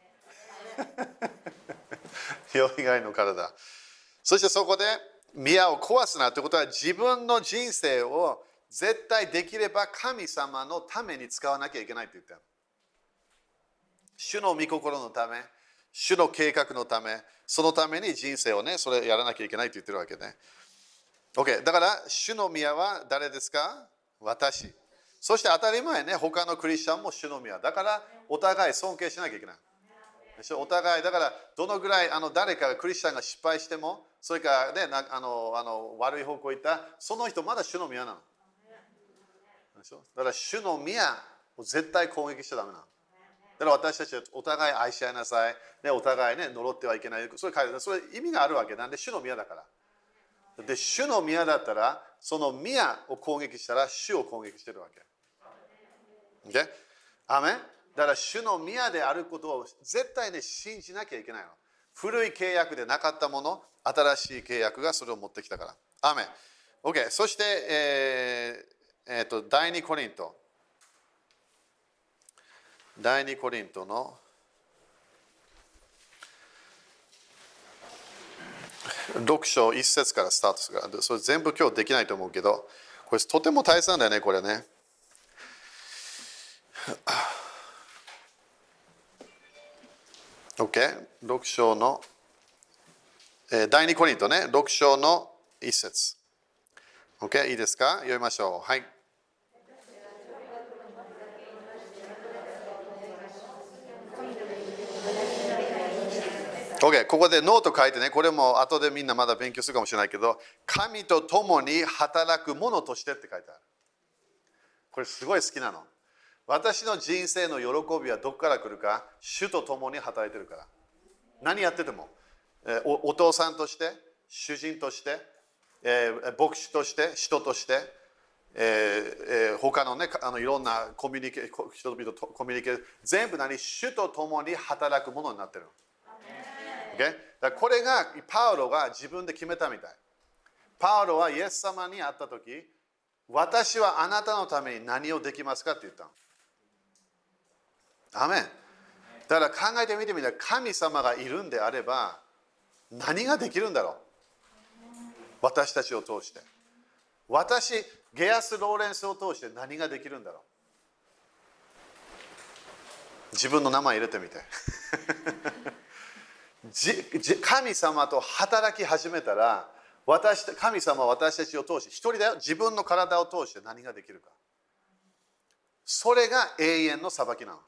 よみがえりの体。そしてそこで宮を壊すなということは自分の人生を絶対できれば神様のために使わなきゃいけないと言ったの。主の御心のため、主の計画のため、そのために人生をね、それやらなきゃいけないと言ってるわけね。OK。だから主の宮は誰ですか？私。そして当たり前ね、他のクリスチャンも主の宮。だからお互い尊敬しなきゃいけない。お互いだからどのぐらいあの誰かがクリスチャンが失敗しても、それからね、あのあの悪い方向行ったその人まだ主の宮なの。でしょ？だから主の宮を絶対攻撃しちゃダメなの。だから私たちはお互い愛し合いなさい、ね、お互いね呪ってはいけない。それそれ意味があるわけなんで主の宮だから。で主の宮だったらその宮を攻撃したら主を攻撃してるわけ。Okay？ アメン。だから主の宮であることを絶対ね信じなきゃいけないの。古い契約でなかったもの、新しい契約がそれを持ってきたから。アーメン。OK。そして、えーえー、と第二コリント。第二コリントのろく章いち節からスタートするから、それ全部今日できないと思うけど、これとても大切なんだよね、これね。OK。ろく章のえー、第二コリントね、ろく章の一節。OK、いいですか？読みましょう。はい。OK、ここでノート書いてね、これも後でみんなまだ勉強するかもしれないけど、神と共に働く者としてって書いてある。これすごい好きなの。私の人生の喜びはどこから来るか、主と共に働いてるから。何やってても、えー、お, お父さんとして、主人として、えー、牧師として、人として、えーえー、他のね、あのいろんなコミュニケ人々とコミュニケーション、全部何、主と共に働くものになってる。Okay? だからこれがパウロが自分で決めたみたい。パウロはイエス様に会ったとき、私はあなたのために何をできますかって言ったの。アメン。だから考えてみてみたら、神様がいるんであれば何ができるんだろう。私たちを通して。私、ゲアス・ローレンスを通して何ができるんだろう。自分の名前入れてみて。神様と働き始めたら、私神様は私たちを通して、一人だよ、自分の体を通して何ができるか。それが永遠の裁きなの。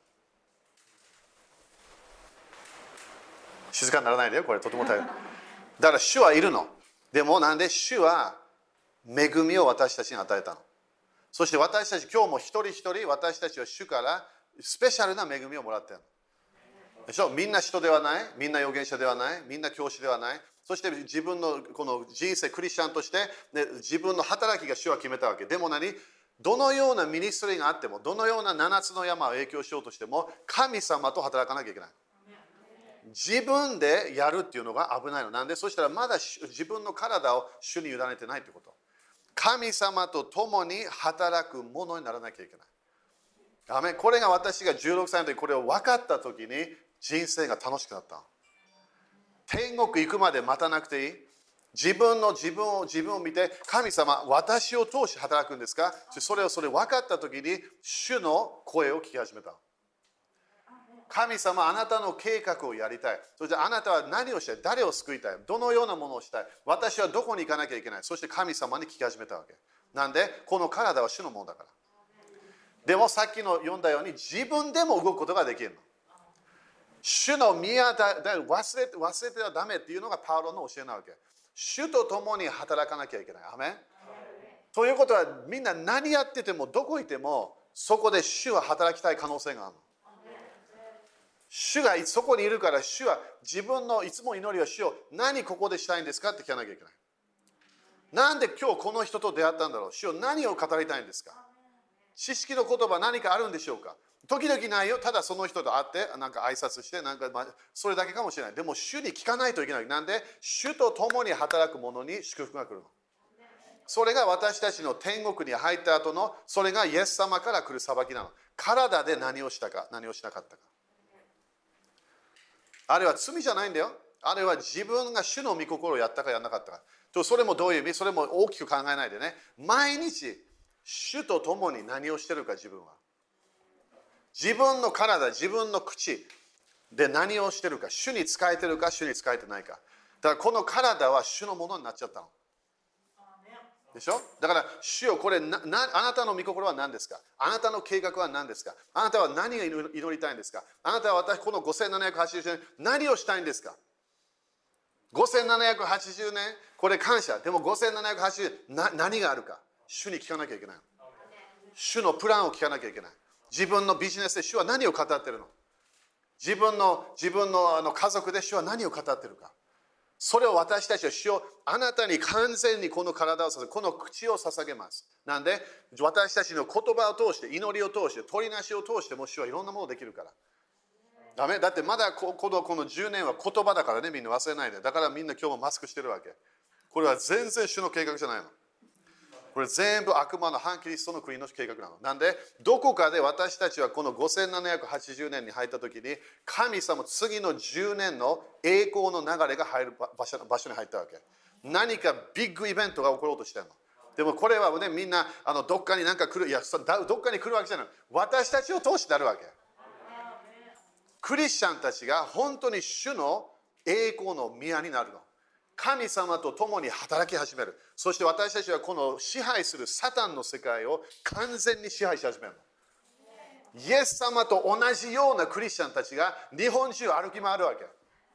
静かにならないでよ、これとても大変。だから主はいるの。でもなんで主は恵みを私たちに与えたの。そして私たち、今日も一人一人私たちは主からスペシャルな恵みをもらっているの。でしょ？みんな人ではない、みんな預言者ではない、みんな教師ではない。そして自分のこの人生、クリスチャンとして、ね、自分の働きが主は決めたわけ。でも何？どのようなミニストリーがあっても、どのようなななつの山を影響しようとしても、神様と働かなきゃいけない。自分でやるっていうのが危ないの。なんで？そしたらまだ自分の体を主に委ねてないってこと。神様と共に働くものにならなきゃいけない。アメン。これが私がじゅうろくさいの時、これを分かった時に人生が楽しくなった。天国行くまで待たなくていい。自分の自分を自分を見て、神様、私を通して働くんですか？それをそれ分かった時に主の声を聞き始めた。神様、あなたの計画をやりたい。そしてあなたは何をしたい？誰を救いたい？どのようなものをしたい？私はどこに行かなきゃいけない？そして神様に聞き始めたわけ。なんで、この体は主のものだから。でもさっきの読んだように自分でも動くことができるの。主の宮だ忘れて忘れてはダメっていうのがパウロの教えなわけ。主と共に働かなきゃいけない。アメン。ということはみんな何やっててもどこいてもそこで主は働きたい可能性があるの。主がそこにいるから主は自分のいつも祈りは主を何ここでしたいんですかって聞かなきゃいけない。なんで今日この人と出会ったんだろう。主を何を語りたいんですか。知識の言葉何かあるんでしょうか。時々ないよ。ただその人と会ってなんか挨拶してなんかそれだけかもしれない。でも主に聞かないといけない。なんで主と共に働く者に祝福が来るの。それが私たちの天国に入った後のそれがイエス様から来る裁きなの。体で何をしたか何をしなかったか。あれは罪じゃないんだよ。あれは自分が主の御心をやったかやらなかったか。とそれもどういう意味？それも大きく考えないでね。毎日主と共に何をしてるか自分は。自分の体、自分の口で何をしてるか。主に仕えてるか、主に仕えてないか。だからこの体は主のものになっちゃったの。でしょ？だから主よこれななあなたの御心は何ですか？あなたの計画は何ですか？あなたは何が祈りたいんですか？あなたは私このごせんななひゃくはちじゅうねん何をしたいんですか？ごせんななひゃくはちじゅうねんこれ感謝。でもごせんななひゃくはちじゅうねんな何があるか主に聞かなきゃいけない。主のプランを聞かなきゃいけない。自分のビジネスで主は何を語ってるの？自分の自分のあの家族で主は何を語ってるか。それを私たちは主をあなたに完全にこの体を捧げ、この口を捧げます。なんで私たちの言葉を通して、祈りを通して、取りなしを通しても主はいろんなものできるから。ダメだってまだこの、このじゅうねんは言葉だからね、みんな忘れないで。だからみんな今日もマスクしてるわけ。これは全然主の計画じゃないの。これ全部悪魔の反キリストの国の計画なの。なんでどこかで私たちはこのごせんななひゃくはちじゅうねんに入った時に神様次のじゅうねんの栄光の流れが入る場所、場所に入ったわけ。何かビッグイベントが起ころうとしてるの。でもこれはねみんなあのどっかになんか来る、いやどっかに来るわけじゃない。私たちを通してなるわけ。クリスチャンたちが本当に主の栄光の宮になるの。 神様と共に働き始める。そして私たちはこの支配するサタンの世界を完全に支配し始めるの。イエス様と同じようなクリスチャンたちが日本中歩き回るわけ。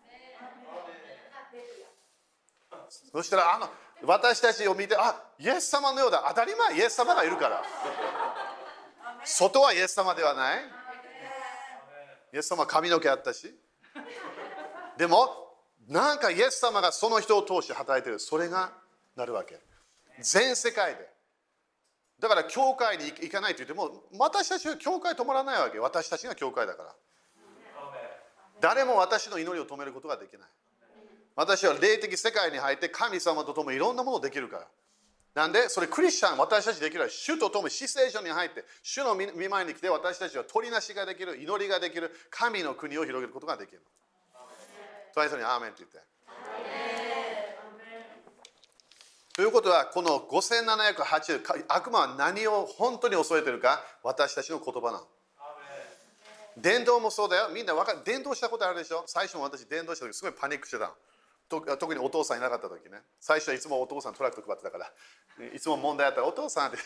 そしたらあの私たちを見て、あ、イエス様のようだ。当たり前、イエス様がいるから。外はイエス様ではない。イエス様は髪の毛あったし。でもなんかイエス様がその人を通して働いている。それがなるわけ。全世界で。だから教会に行かないと言っても、私たちは教会止まらないわけ。私たちが教会だから。誰も私の祈りを止めることができない。私は霊的世界に入って神様と共にいろんなものできるから。なんで、それクリスチャン、私たちできる。主と共に死聖所に入って、主の御前に来て私たちは取りなしができる、祈りができる、神の国を広げることができる。隣人にアーメンって言って。ということは、このごせんななひゃくはちじゅう、悪魔は何を本当に恐れているか、私たちの言葉なの。伝道もそうだよ。みんな分かる。伝道したことあるでしょ。最初も私、伝道した時すごいパニックしてたの。特にお父さんいなかった時ね。最初はいつもお父さんトラクト配ってたから、いつも問題あったらお父さんって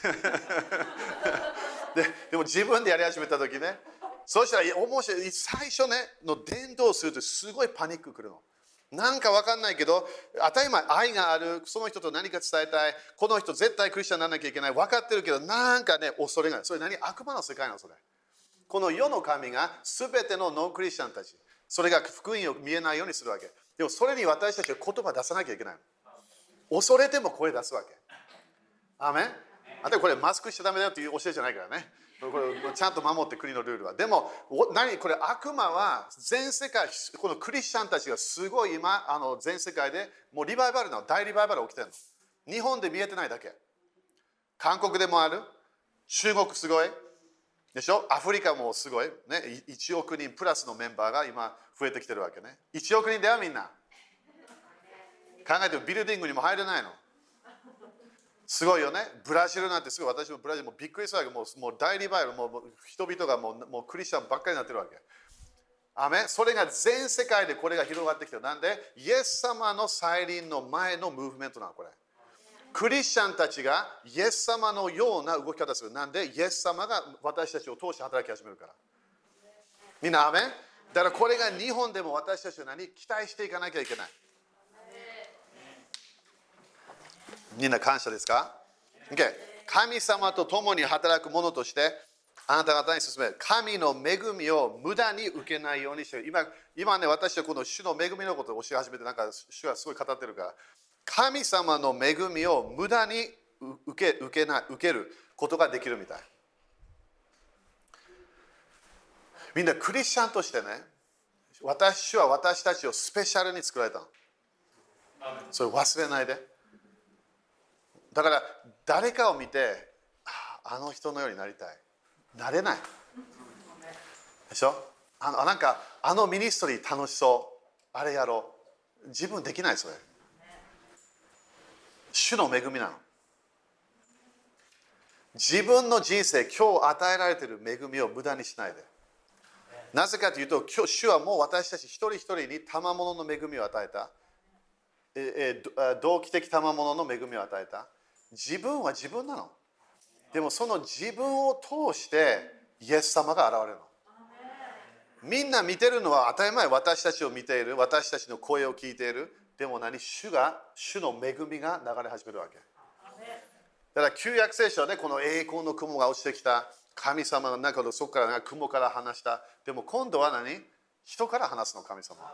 で。でも自分でやり始めた時ね。そうしたら面白い。最初ねの伝道するとすごいパニックくるの。なんか分かんないけど、当たり前愛がある、その人と何か伝えたい、この人絶対クリスチャンにならなきゃいけない、分かってるけど、なんかね、恐れがない。それ何？悪魔の世界なの、それ。この世の神が全てのノンクリスチャンたち、それが福音を見えないようにするわけ。でもそれに私たちは言葉出さなきゃいけない。恐れても声出すわけ。アーメン。あとこれマスクしちゃダメだよっていう教えじゃないからね。これちゃんと守って国のルールは。でも何これ悪魔は全世界、このクリスチャンたちがすごい今あの全世界でもうリバイバルの大リバイバル起きてるの。日本で見えてないだけ。韓国でもある。中国すごい。でしょ。アフリカもすごい、ね、いちおくにんプラスのメンバーが今増えてきてるわけね。いちおくにんだよみんな。考えてもビルディングにも入れないの。すごいよね。ブラジルなんてすごい。私もブラジルもびっくりするわけ。もうもう大リバイバル、もう人々がもうもうクリスチャンばっかりになってるわけ。アメン。それが全世界でこれが広がってきてる。なんでイエス様の再臨の前のムーブメントなのこれ。クリスチャンたちがイエス様のような動き方する。なんでイエス様が私たちを通して働き始めるから。みんなアメン。だからこれが日本でも私たちは何期待していかなきゃいけない。みんな感謝ですか？ OK。神様と共に働く者としてあなた方に進める。神の恵みを無駄に受けないようにしている。今、今ね、私はこの主の恵みのことを教え始めて、なんか主はすごい語ってるから。神様の恵みを無駄に受け、受けない、受けることができるみたい。みんなクリスチャンとしてね、私は私たちをスペシャルに作られたの。それ忘れないで。だから誰かを見て、あの人のようになりたい。なれない。でしょ。あのなんかあのミニストリー楽しそう。あれやろう。自分できないそれ。主の恵みなの。自分の人生、今日与えられている恵みを無駄にしないで。なぜかというと、今日主はもう私たち一人一人に賜物の恵みを与えた。ええ同期的賜物の恵みを与えた。自分は自分なの。でもその自分を通してイエス様が現れるの。みんな見てるのは当たり前、私たちを見ている、私たちの声を聞いている。でも何、主が、主の恵みが流れ始めるわけ。だから旧約聖書はね、この栄光の雲が落ちてきた、神様の中でそこから、ね、雲から話した。でも今度は何、人から話すの、神様。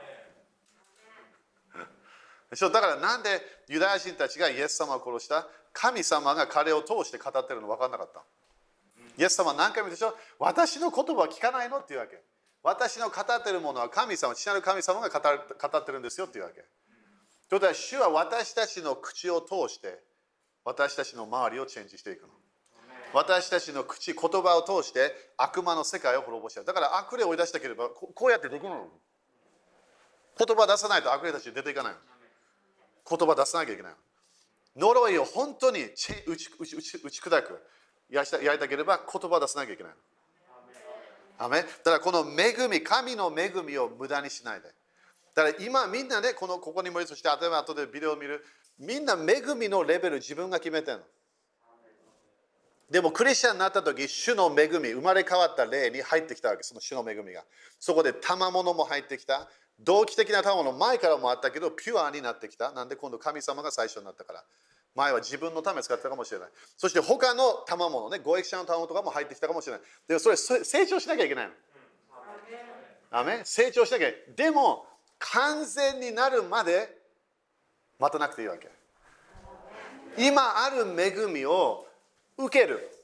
だからなんでユダヤ人たちがイエス様を殺した？神様が彼を通して語ってるの分からなかった。イエス様は何回も言うでしょ。私の言葉は聞かないのっていうわけ。私の語ってるものは神様、父なる神様が語ってるんですよっていうわけ。ということは、主は私たちの口を通して私たちの周りをチェンジしていくの。私たちの口、言葉を通して悪魔の世界を滅ぼしちゃう。だから悪霊を追い出したければこうやってできるの。言葉出さないと悪霊たち出ていかないの。言葉出さなきゃいけない。呪いを本当に打ち打ち打ち打ち砕くやりたやりたければ言葉を出さなきゃいけない。アメン。だからこの恵み、神の恵みを無駄にしないで。 だから今みんなね、このここにもいる、そして後で後でビデオを見る、みんな恵みのレベル自分が決めてるの。でもクリスチャンになった時、主の恵み、生まれ変わった霊に入ってきたわけ、その主の恵みが。そこで賜物も入ってきた。同期的な賜物、前からもあったけど、ピュアになってきた。なんで今度神様が最初になったから。前は自分のために使ってたかもしれない。そして他の賜物ね、ご益者の賜物とかも入ってきたかもしれない。でもそれ成長しなきゃいけないの。アメン成長しなきゃいけない。でも、完全になるまで待たなくていいわけ。今ある恵みを受ける。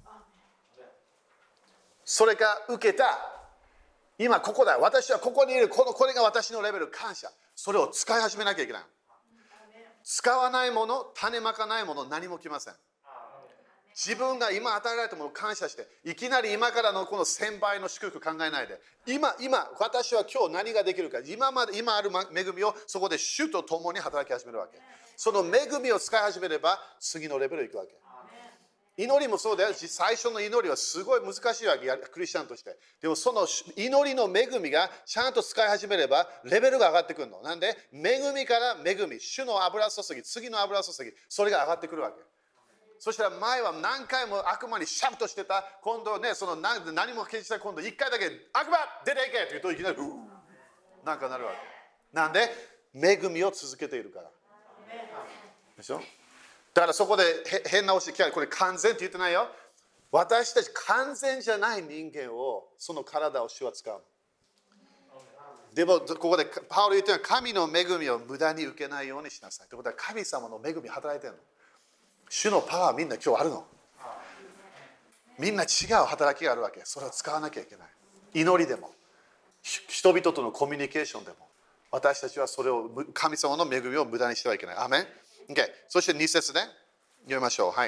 それが受けた。今ここだ。私はここにいる。このこれが私のレベル。感謝。それを使い始めなきゃいけない。使わないもの、種まかないもの、何も来ません。自分が今与えられたものを感謝して、いきなり今からのこの千倍の祝福考えないで、今、今、私は今日何ができるか、今まで、今ある恵みをそこで主と共に働き始めるわけ。その恵みを使い始めれば、次のレベルに行くわけ。祈りもそうだよ。最初の祈りはすごい難しいわけ、クリスチャンとして。でもその祈りの恵みがちゃんと使い始めれば、レベルが上がってくるの。なんで、恵みから恵み、主の油注ぎ、次の油注ぎ、それが上がってくるわけ。そしたら前は何回も悪魔にシャウトしてた、今度ね、その 何, 何も気にした今度一回だけ悪魔出ていけって言うといきなりうーなんかなるわけ。なんで、恵みを続けているから。でしょ？だからそこで変な教え、これ完全って言ってないよ。私たち完全じゃない人間を、その体を主は使う。でも、ここでパウロ言ってるのは、神の恵みを無駄に受けないようにしなさい。ということは、神様の恵み働いてるの。主のパワーみんな今日あるの。みんな違う働きがあるわけ。それを使わなきゃいけない。祈りでも、人々とのコミュニケーションでも、私たちはそれを、神様の恵みを無駄にしてはいけない。アメン。Okay、そしてに節ね、読みましょう。はい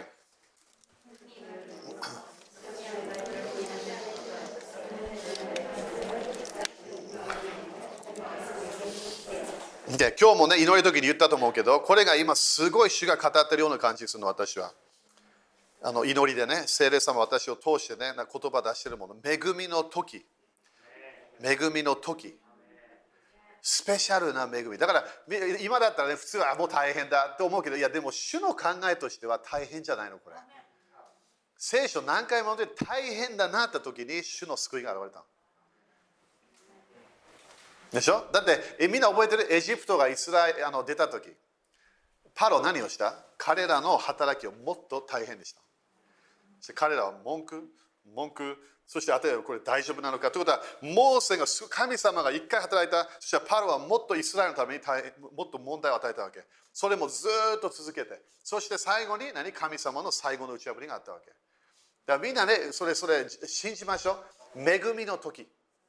。Okay、今日もね、祈りの時に言ったと思うけど、これが今すごい主が語ってるような感じするの、私は。あの祈りでね、聖霊様私を通してね、言葉出してるもの、恵みの時。恵みの時。スペシャルな恵み。だから今だったらね、普通はもう大変だと思うけど、いやでも主の考えとしては大変じゃないの、これ。聖書何回もで大変だなった時に主の救いが現れた。でしょ？だってえみんな覚えてる？エジプトがイスラエルあの出た時、パロ何をした？彼らの働きをもっと大変でした。そして彼らは文句、文句、そしてあとでこれ大丈夫なのかということは、モーセが神様が一回働いた、そしてパロはもっとイスラエルのために大変もっと問題を与えたわけ。それもずっと続けて、そして最後に何？神様の最後の打ち破りがあったわけ。だからみんなね、それそれ信じましょう。恵みの時。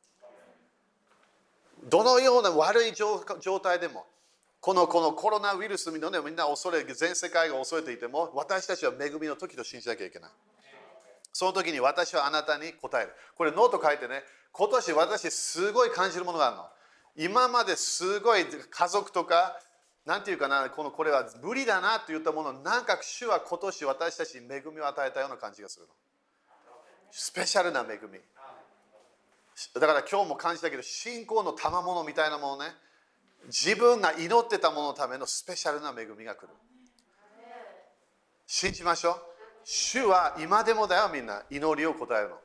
どのような悪い状態でも、このこのコロナウイルスのね、みんな恐れ、全世界が恐れていても、私たちは恵みの時と信じなきゃいけない。その時に私はあなたに答える。これノート書いてね、今年私すごい感じるものがあるの。今まですごい家族とか、なんていうかな、このこれは無理だなと言ったもの、なんか主は今年私たちに恵みを与えたような感じがするの。スペシャルな恵み。だから今日も感じたけど、信仰の賜物みたいなものね、自分が祈ってたもののためのスペシャルな恵みが来る。信じましょう。主は今でもだよ、みんな祈りを答えるの。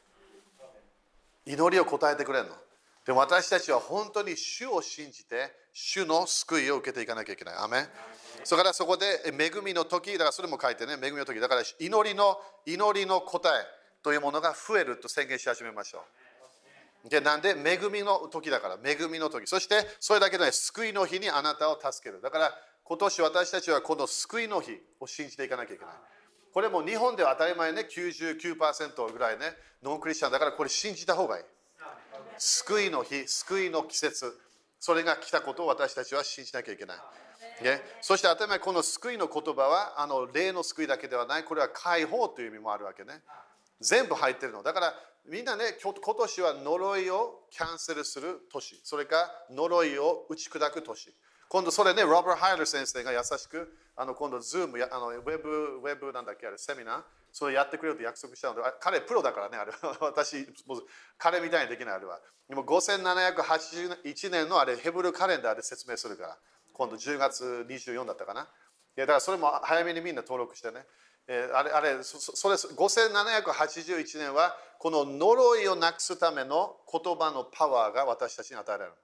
祈りを答えてくれるの。でも私たちは本当に主を信じて、主の救いを受けていかなきゃいけない。アメン。それからそこで恵みの時、だからそれも書いてね、恵みの時。だから祈りの、祈りの答えというものが増えると宣言し始めましょう。でなんで恵みの時だから、恵みの時。そしてそれだけで、ね、救いの日にあなたを助ける。だから今年私たちはこの救いの日を信じていかなきゃいけない。これも日本では当たり前ね、きゅうじゅうきゅうパーセントぐらいね、ノンクリスチャンだからこれ信じた方がいい。救いの日、救いの季節、それが来たことを私たちは信じなきゃいけない。ね、そして当たり前、この救いの言葉はあの霊の救いだけではない、これは解放という意味もあるわけね。全部入ってるの。だからみんなね、今年は呪いをキャンセルする年、それから呪いを打ち砕く年。 今度それね、ロバート・ハイラー先生が優しく、あの今度、ズームやあのウェブ、ウェブなんだっけ、あれ、セミナー、それやってくれると約束したので、彼、プロだからね、あれ私、もう彼みたいにできない、あれは。でもごせんななひゃくはちじゅういちねんのあれ、ヘブルカレンダーで説明するから、今度じゅうがつにじゅうよっかだったかな。いやだからそれも早めにみんな登録してね。えー、あれ、あれ、そそれごせんななひゃくはちじゅういちねんは、この呪いをなくすための言葉のパワーが私たちに与えられる。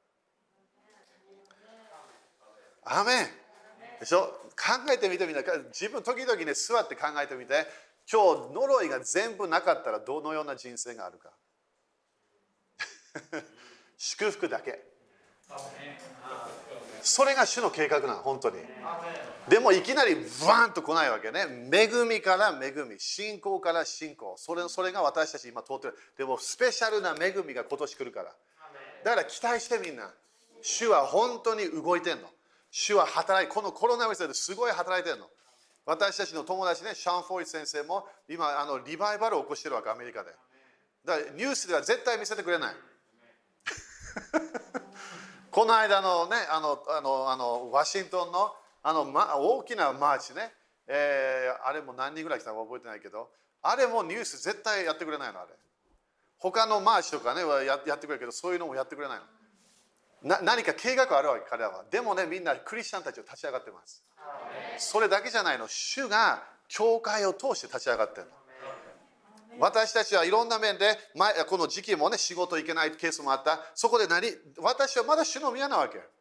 アーメンでしょ。考えてみてみんな、自分時々ね、座って考えてみて、今日呪いが全部なかったらどのような人生があるか。祝福だけ。それが主の計画なの、本当に。でもいきなりブワーンと来ないわけね。恵みから恵み、信仰から信仰。それ、それが私たち今通ってる。でもスペシャルな恵みが今年来るから。だから期待してみんな。主は本当に動いてんの。主は働いて、このコロナウイルスですごい働いてんの。私たちの友達ね、シャン・フォイ先生も今あのリバイバルを起こしてるわけ、アメリカで。だからニュースでは絶対見せてくれない。この間のね、あのあのあのワシントンのあの、ま、大きなマーチね、えー、あれも何人ぐらい来たか覚えてないけど、あれもニュース絶対やってくれないの、あれ。他のマーチとかね、や, やってくれるけど、そういうのもやってくれないの。な何か計画あるわけ、彼らは。でもね、みんなクリスチャンたちを立ち上がってます。それだけじゃないの。主が教会を通して立ち上がってるの。私たちはいろんな面で、前この時期もね、仕事行けないケースもあった。そこで何私はまだ主の宮なわけ。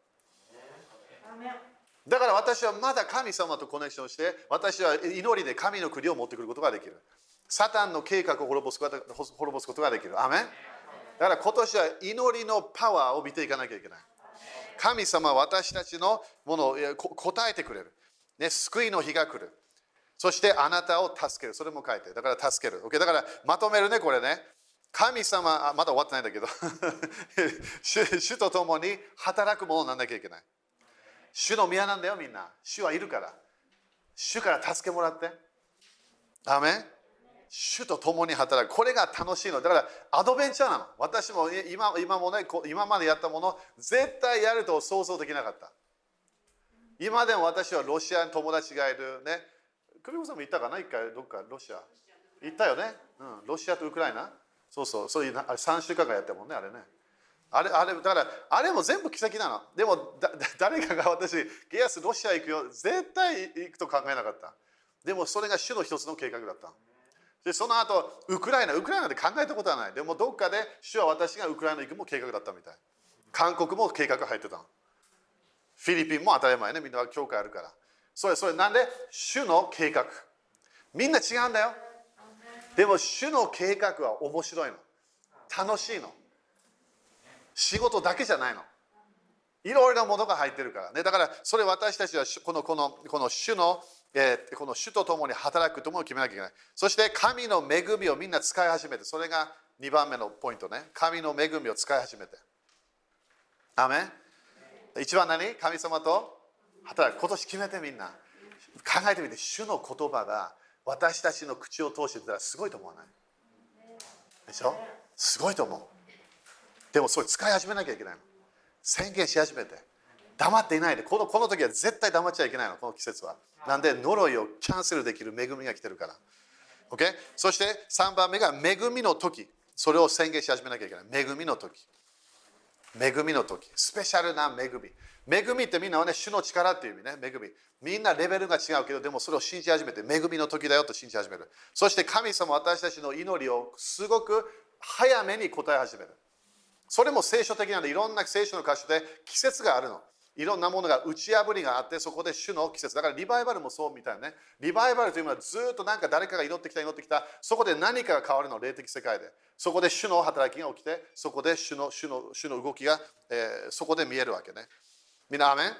だから私はまだ神様とコネクションして、私は祈りで神の国を持ってくることができる。サタンの計画を滅ぼすことが、滅ぼすことができる。アメン。だから今年は祈りのパワーを見ていかなきゃいけない。神様は私たちのものを答えてくれる。ね、救いの日が来る。そしてあなたを助ける。それも書いてる。だから助ける。Okay? だからまとめるね、これね。神様、あまだ終わってないんだけど主、主と共に働くものにならなきゃいけない。主の宮なんだよ、みんな。主はいるから。主から助けもらって。アーメン。主と共に働く。これが楽しいの。だからアドベンチャーなの。私も 今, 今もね、今までやったもの、絶対やると想像できなかった。今でも私はロシアに友達がいるね。クリコさんも行ったかな、一回どっかロシア。行ったよね。うん、ロシアとウクライナ。そうそう、そういうあれさんしゅうかんかんやったもんね、あれね。あれ、あれ、だから、あれも全部奇跡なの。でも、だ誰かが私、ゲアス、ロシア行くよ、絶対行くと考えなかった。でも、それが主の一つの計画だった。で、その後、ウクライナ、ウクライナで考えたことはない。でも、どっかで主は私がウクライナ行くも計画だったみたい。韓国も計画入ってたの。フィリピンも当たり前ね、みんな教会あるから。それ、それなんで主の計画。みんな違うんだよ。でも、主の計画は面白いの。楽しいの。仕事だけじゃないの。いろいろなものが入ってるからね。だから、それ私たちはこの、この、この主の、えー、この主と共に働くとも決めなきゃいけない。そして、神の恵みをみんな使い始めて、それがにばんめのポイントね。神の恵みを使い始めて。アーメン。一番何？神様と働く。今年決めてみんな。考えてみて、主の言葉が私たちの口を通してたらすごいと思わない？でしょ？すごいと思う。でもそれ使い始めなきゃいけないの。宣言し始めて。黙っていないで。この、この時は絶対黙っちゃいけないの、この季節は。なんで、呪いをキャンセルできる恵みが来てるから。OK？ そしてさんばんめが恵みの時。それを宣言し始めなきゃいけない。恵みの時。恵みの時。スペシャルな恵み。恵みってみんなはね、主の力っていう意味ね、恵み。みんなレベルが違うけど、でもそれを信じ始めて、恵みの時だよと信じ始める。そして神様、私たちの祈りをすごく早めに答え始める。それも聖書的なので、いろんな聖書の箇所で季節があるの。いろんなものが打ち破りがあって、そこで主の季節。だからリバイバルもそうみたいなね。リバイバルというのはずっとなんか誰かが祈ってきた、祈ってきた。そこで何かが変わるの、霊的世界で。そこで主の働きが起きて、そこで主の主の主の動きが、えー、そこで見えるわけね。みんな、アーメン。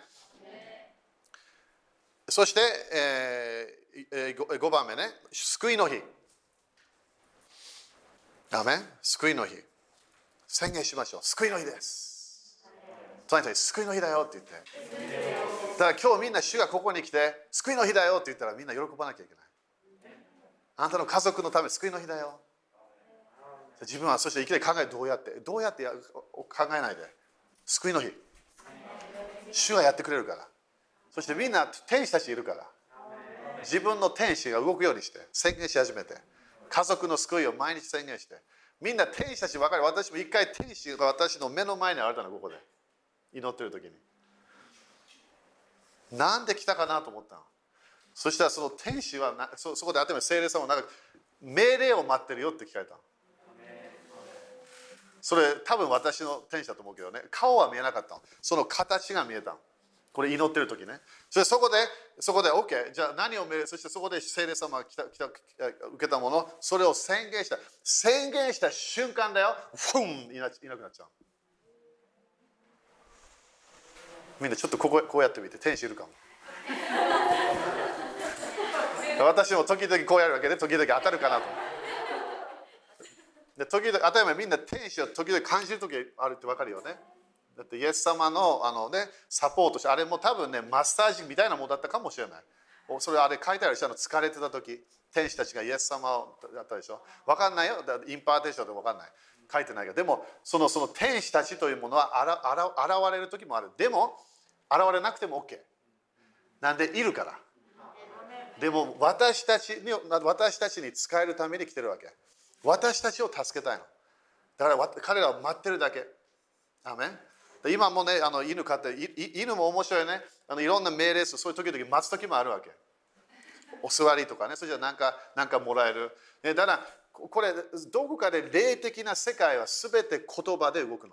そして、えー、ごばんめね。救いの日。アーメン。救いの日。宣言しましょう。救いの日です。隣人に救いの日だよって言って。だから今日みんな主がここに来て、救いの日だよって言ったらみんな喜ばなきゃいけない。あなたの家族のため救いの日だよ。自分はそしていきなり考えどうやって、どうやって考えないで。救いの日。 主がやってくれるから。そしてみんな天使たちいるから。自分の天使が動くようにして宣言し始めて、家族の救いを毎日宣言して、みんな天使たち分かる。私も一回天使が私の目の前に現れたの、ここで祈ってる時に。なんで来たかなと思ったの。そしたらその天使はな そ, そこで頭に聖霊様がなんか命令を待ってるよって聞かれたの。それ多分私の天使だと思うけどね、顔は見えなかったの。その形が見えたの。これ祈ってる時ね。そしてそこで、そこで OK、じゃあ何を命令、そしてそこで聖霊様が来た来た受けたもの、それを宣言した。宣言した瞬間だよ、フンいな、いなくなっちゃう。みんなちょっとこここうやってみて、天使いるかも。私も時々こうやるわけで、時々当たるかなと。で時々当たり前、みんな天使を時々感じる時あるって分かるよね。だってイエス様の、あの、ね、サポートして、あれも多分ね、マッサージみたいなものだったかもしれない。それあれ書いてあるでしょ、疲れてた時、天使たちがイエス様をやったでしょ。分かんないよ、インパーテーションで分かんない。書いてないけど、でもその、その天使たちというものはあらあら現れる時もある。でも、現れなくても OK。なんでいるから。でも私たちに、私たちに使えるために来てるわけ。私たちを助けたいの。だから彼らは待ってるだけ。アメン。今もね、あの犬飼って、犬も面白いね。あのいろんな命令する、そういう時々待つ時もあるわけ。お座りとかね、それじゃなんか、なんかもらえる。だから、これ、どこかで霊的な世界は全て言葉で動くの。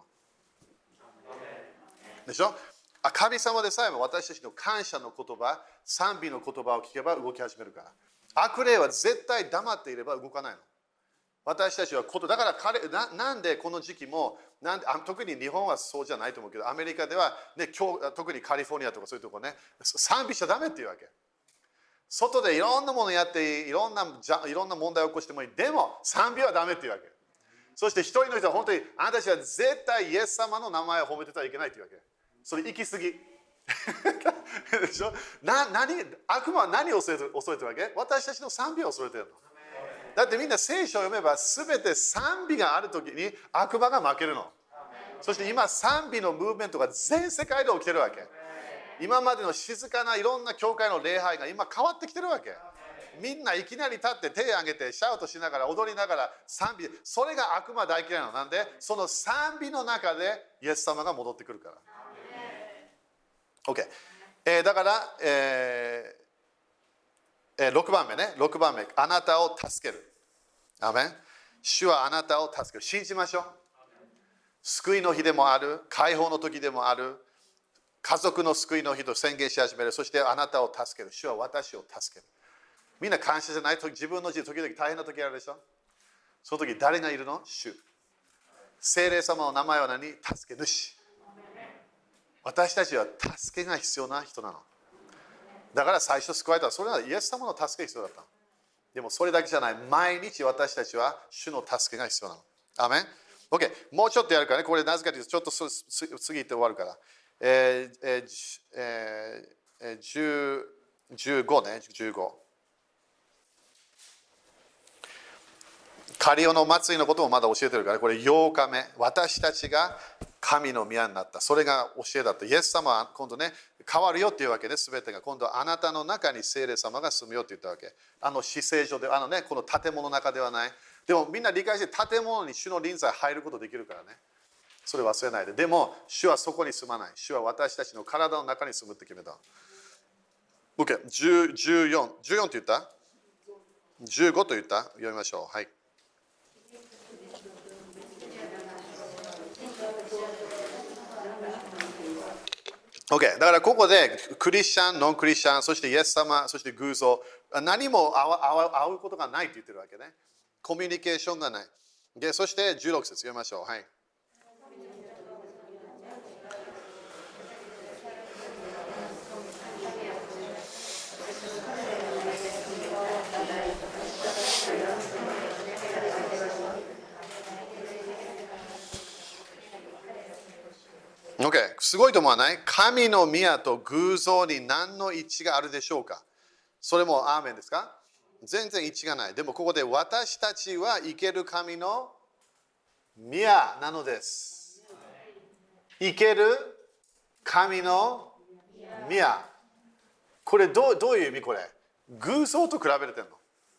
でしょ？神様でさえも私たちの感謝の言葉、賛美の言葉を聞けば動き始めるから。悪霊は絶対黙っていれば動かないの。私たちはこと、だから彼 な, なんでこの時期もなんで、特に日本はそうじゃないと思うけど、アメリカでは、ね、今日特にカリフォルニアとかそういうところね、賛美しちゃダメっていうわけ。外でいろんなものやっていい、いろんな、いろんな問題を起こしてもいい。でも賛美はダメっていうわけ。そして一人の人は本当にあなたたちは絶対イエス様の名前を褒めてはいけないっていうわけ。それ行き過ぎ。でしょ？な何悪魔は何を恐れてるわけ？私たちの賛美を恐れてるの。だってみんな聖書を読めば全て賛美があるときに悪魔が負けるの。そして今賛美のムーブメントが全世界で起きてるわけ。今までの静かないろんな教会の礼拝が今変わってきてるわけ。みんないきなり立って手を挙げてシャウトしながら踊りながら賛美。それが悪魔大嫌いなの。なんでその賛美の中でイエス様が戻ってくるから。OK、えー、だから、えーえー、ろくばんめね、ろくばんめ、あなたを助ける。アメン。主はあなたを助ける。信じましょう。救いの日でもある、解放の時でもある、家族の救いの日と宣言し始める。そしてあなたを助ける。主は私を助ける。みんな感謝じゃないと、自分の自時々大変な時あるでしょ。その時誰がいるの？主。聖霊様の名前は何？助け主。私たちは助けが必要な人なの。だから最初救われた。それはイエス様の助けが必要だった。でもそれだけじゃない。毎日私たちは主の助けが必要なの。アメン。OK。もうちょっとやるからね。これなぜかというと、ちょっと次行って終わるから。えーえーえー、じゅう、じゅうごね。じゅうご。カリオの祭りのこともまだ教えてるから、これようかめ。私たちが神の宮になった。それが教えだった。イエス様は今度ね、変わるよっていうわけで、すべてが。今度はあなたの中に聖霊様が住むよって言ったわけ。あの至聖所で、あのね、この建物の中ではない。でもみんな理解して、建物に主の臨在入ることできるからね。それ忘れないで。でも、主はそこに住まない。主は私たちの体の中に住むって決めた。OK。じゅう、じゅうよん。じゅうよんって言った？ じゅうご と言った？読みましょう。はい。OK。だからここでクリスチャン、ノンクリスチャン、そしてイエス様、そして偶像、何も会うことがないと言ってるわけね。コミュニケーションがない。でそしてじゅうろく節読みましょう。はい。OK。すごいと思わない？神の宮と偶像に何の一致があるでしょうか？それもアーメンですか？全然一致がない。でもここで私たちは生ける神の宮なのです。生ける神の宮。これどう、どういう意味これ？偶像と比べれてんの。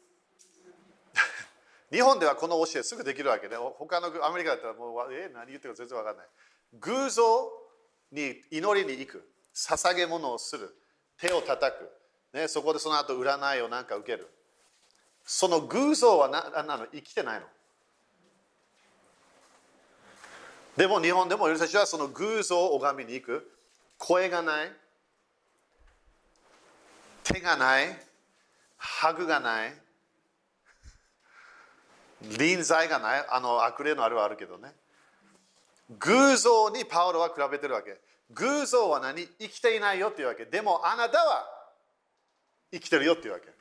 日本ではこの教えすぐできるわけで、他のアメリカだったらもう、え、何言ってるか全然わかんない。偶像に祈りに行く、捧げ物をする、手を叩く、ね、そこでその後占いをなんか受ける。その偶像はななの生きてないの。でも日本でもいる人たちはその偶像を拝みに行く。声がない、手がない、ハグがない、臨在がない。あの悪霊のあるはあるけどね。偶像にパウロは比べてるわけ。偶像は何？生きていないよっていうわけ。でもあなたは生きてるよっていうわけ。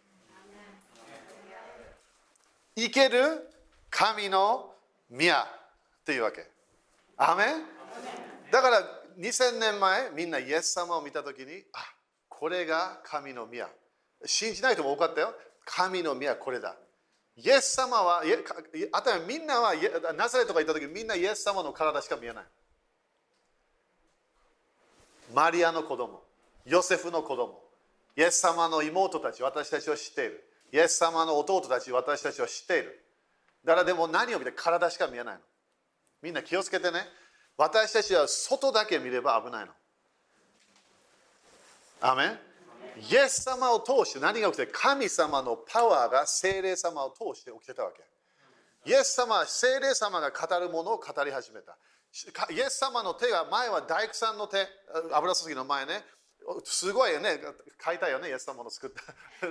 生ける神の宮っていうわけ。アメン。だからにせんねんまえみんなイエス様を見たときに、あ、これが神の宮。信じない人も多かったよ。神の宮これだ。イエス様は、あたりみんなはナザレとか行ったときみんなイエス様の体しか見えない。マリアの子供、ヨセフの子供、イエス様の妹たち、私たちを知っている。イエス様の弟たち、私たちを知っている。だからでも何を見て体しか見えないの。みんな気をつけてね。私たちは外だけ見れば危ないの。アメン。イエス様を通して何が起きて、神様のパワーが聖霊様を通して起きてたわけ。イエス様は聖霊様が語るものを語り始めた。イエス様の手が前は大工さんの手、油注ぎの前ね、すごいよね、書いたよね、イエス様の作った。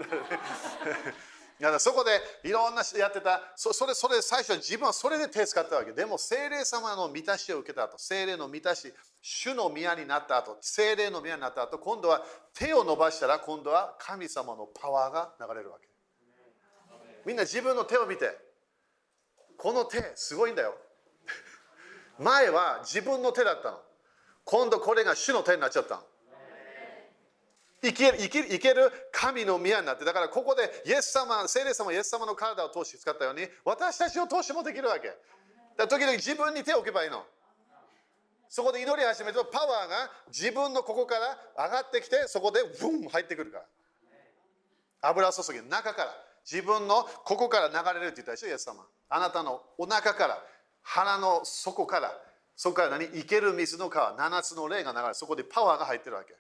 そこでいろんなやってた、それ、それ最初は自分はそれで手使ったわけ。でも聖霊様の満たしを受けた後、聖霊の満たし、主の宮になった後、聖霊の宮になった後、今度は手を伸ばしたら、今度は神様のパワーが流れるわけ。みんな自分の手を見て、この手、すごいんだよ。前は自分の手だったの。今度これが主の手になっちゃったの。生ける、生ける、生ける神の宮になって、だからここでイエス様、聖霊様、イエス様の体を通して使ったように、私たちを通してもできるわけ。だから時々自分に手を置けばいいの。そこで祈り始めると、パワーが自分のここから上がってきて、そこでブン入ってくるから。油注ぎ、中から。自分のここから流れるって言ったでしょ、イエス様。あなたのお腹から、腹の底から、そこから何？生ける水の川、七つの霊が流れる。そこでパワーが入ってるわけ。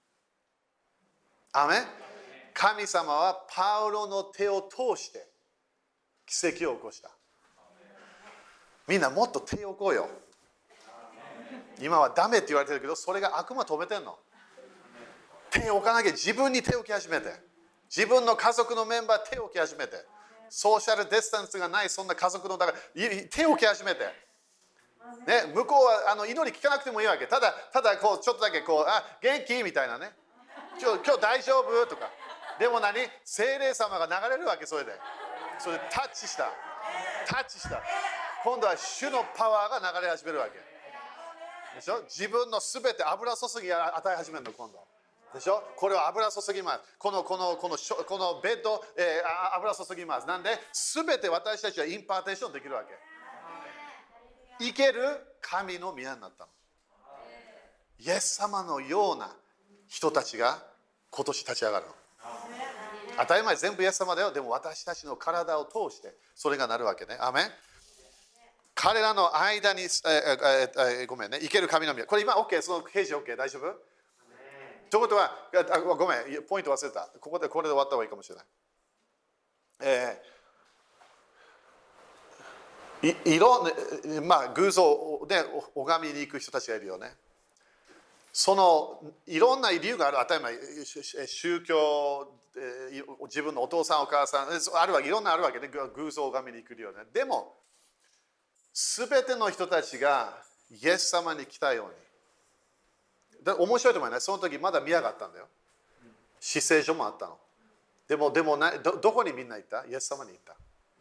アメン。神様はパウロの手を通して奇跡を起こした。みんなもっと手を置こうよ。今はダメって言われてるけど、それが悪魔止めてんの。手を置かなきゃ、自分に手を置き始めて、自分の家族のメンバー手を置き始めて、ソーシャルディスタンスがないそんな家族のだから手を置き始めて、ね、向こうはあの祈り聞かなくてもいいわけ。ただただこうちょっとだけこう、あ、元気みたいなね、今日今日大丈夫とか。でも何？聖霊様が流れるわけ。それでそれでタッチしたタッチした今度は主のパワーが流れ始めるわけでしょ。自分のすべて油注ぎを与え始めるの今度でしょ。これは油注ぎます。このこのこのこのベッド、えー、油注ぎます。なんですべて私たちはインパーテーションできるわけ。生ける神の宮になったの。イエス様のような人たちが今年立ち上がるの。当たり前全部イエス様だよ。でも私たちの体を通してそれがなるわけね。アメン。彼らの間に、えーえーえー、ごめんね、生ける神の宮。これ今 OK、そのページ OK、大丈夫？ということは、あ、ごめん、ポイント忘れた。ここでこれで終わった方がいいかもしれない。えー、い, いろんまあ偶像で拝みに行く人たちがいるよね。そのいろんな理由がある。当たり前、宗教、自分のお父さんお母さんあるわけ、いろんなあるわけで、偶像を拝みに行くよね。でもすべての人たちがイエス様に来たように。だ面白いと思うね。その時まだ宮があったんだよ。至聖所もあったの。でもでもな ど, どこにみんな行った？イエス様に行った。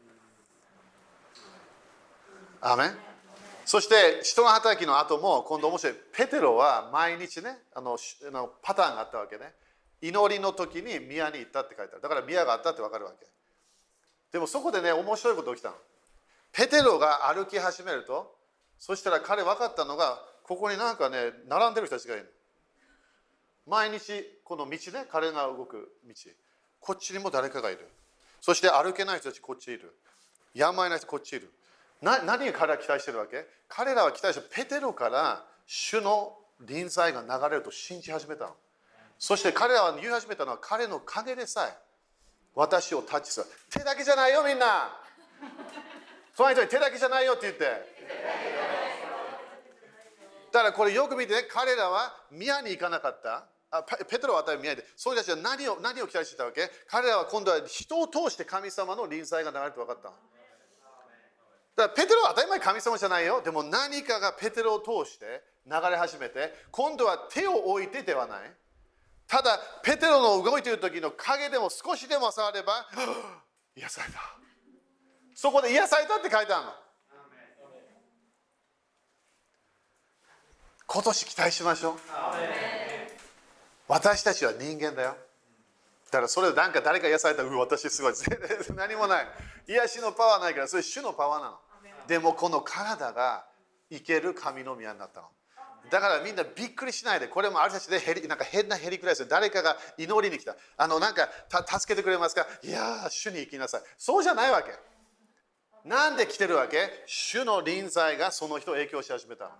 アーメン。そして人の働きの後も今度面白い。ペテロは毎日ね、あのパターンがあったわけね。祈りの時に宮に行ったって書いてある。だから宮があったって分かるわけ。でもそこでね、面白いこと起きたの。ペテロが歩き始めると、そしたら彼分かったのが、ここになんかね、並んでる人たちがいる。 毎日この道ね、彼が動く道。こっちにも誰かがいる。そして歩けない人たちこっちいる。病ない人こっちいる。な何が彼ら期待してるわけ？彼らは期待してる。ペテロから主の臨在が流れると信じ始めたの。そして彼らは言い始めたのは、彼の陰でさえ私をタッチする。手だけじゃないよ、みんな。その人に手だけじゃないよって言って。だからこれよく見て、ね、彼らは宮に行かなかった。あペテロは与える宮で、その人たちは何を何を期待してたわけ？彼らは今度は人を通して神様の臨在が流れて分かった。だからペテロは当たり前神様じゃないよ。でも何かがペテロを通して流れ始めて、今度は手を置いてではない。ただ、ペテロの動いている時の影でも少しでも触れば、癒された。そこで癒されたって書いてあるの。今年期待しましょう。私たちは人間だよ。だからそれをなんか誰か癒されたら、う私すごい。何もない。癒しのパワーないから、それ主のパワーなの。でもこの体が生ける神の宮になったの。だからみんなびっくりしないで、これもある人たちでヘリなんか変なヘリクライスで誰かが祈りに来た。あのなんかた助けてくれますか？いやー、主に行きなさい。そうじゃないわけ。なんで来てるわけ？主の臨在がその人を影響し始めたの。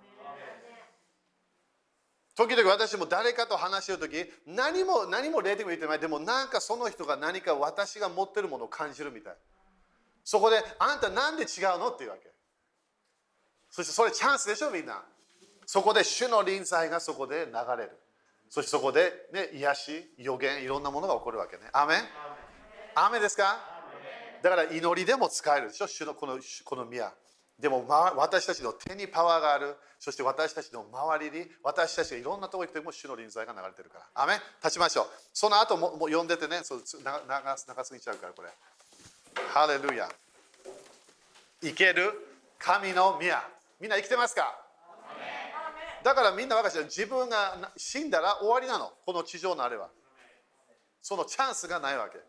時々私も誰かと話してるとき、何も何も霊的に言ってない。でもなんかその人が何か私が持ってるものを感じるみたい。そこで、あんたなんで違うのっていうわけ。そしてそれチャンスでしょ、みんな。そこで主の臨在がそこで流れる。そしてそこで、ね、癒し、予言、いろんなものが起こるわけね。アメン？アメンですか？だから祈りでも使えるでしょ、主のこの、この宮。でも、ま、私たちの手にパワーがある。そして私たちの周りに、私たちがいろんなところに行っても主の臨在が流れてるから。アメン？立ちましょう。その後ももう読んでてね、そう長長すぎちゃうから、これ。ハレルヤ。生ける神の宮。みんな生きてますか？だからみんな分かってる。自分が死んだら終わりなの。この地上のあれは。そのチャンスがないわけ。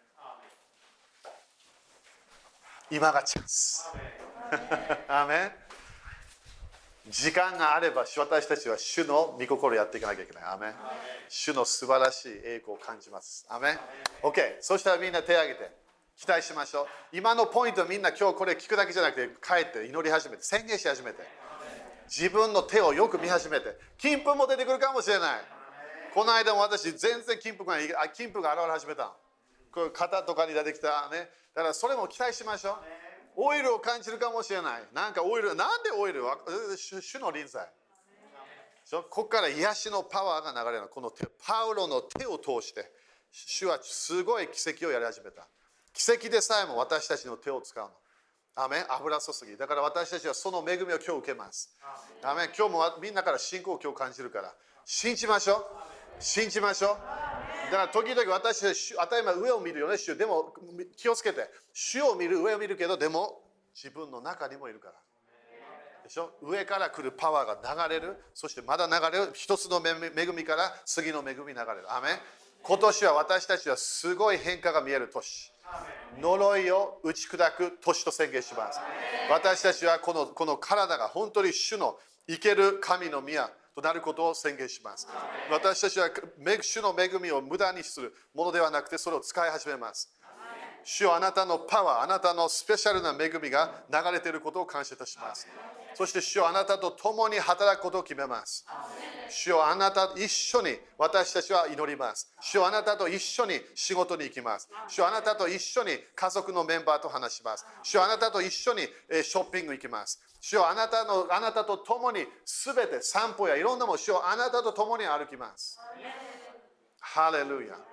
今がチャンス。アーメン。時間があれば私たちは主の御心をやっていかなきゃいけない。アーメン。主の素晴らしい栄光を感じます。アーメン。OK。そしたらみんな手を挙げて期待しましょう。今のポイントはみんな今日これ聞くだけじゃなくて帰って祈り始めて宣言し始めて。自分の手をよく見始めて、金粉も出てくるかもしれない。この間も私、全然金粉が金粉が現れ始めた。これ肩とかに出てきたね。だからそれも期待しましょう。オイルを感じるかもしれない。なんかオイル、なんでオイルは主の臨在。ここから癒しのパワーが流れる。この手、パウロの手を通して、主はすごい奇跡をやり始めた。奇跡でさえも私たちの手を使うの。アメン。油注ぎ。だから私たちはその恵みを今日受けます。アメン。今日もみんなから信仰を今日感じるから。信じましょう。信じましょう。だから時々私たち、当たり前上を見るよね、主。でも気をつけて。主を見る、上を見るけど、でも自分の中にもいるから。でしょ？上から来るパワーが流れる。そしてまだ流れる。一つの恵みから次の恵み流れる。アメン。今年は私たちはすごい変化が見える年。呪いを打ち砕く年と宣言します。私たちはこの、この体が本当に主の生ける神の宮となることを宣言します。私たちは主の恵みを無駄にするものではなくてそれを使い始めます。主よ、あなたのパワー、あなたのスペシャルな恵みが流れていることを感謝いたします。そして主よ、あなたと共に働くことを決めます。主よ、あなたと一緒に私たちは祈ります。主よ、あなたと一緒に仕事に行きます。主よ、あなたと一緒に家族のメンバーと話します。主よ、あなたと一緒にショッピング行きます。主よ、あなたのあなたと共にすべて散歩やいろんなもの、主よ、あなたと共に歩きます。ハレルヤ。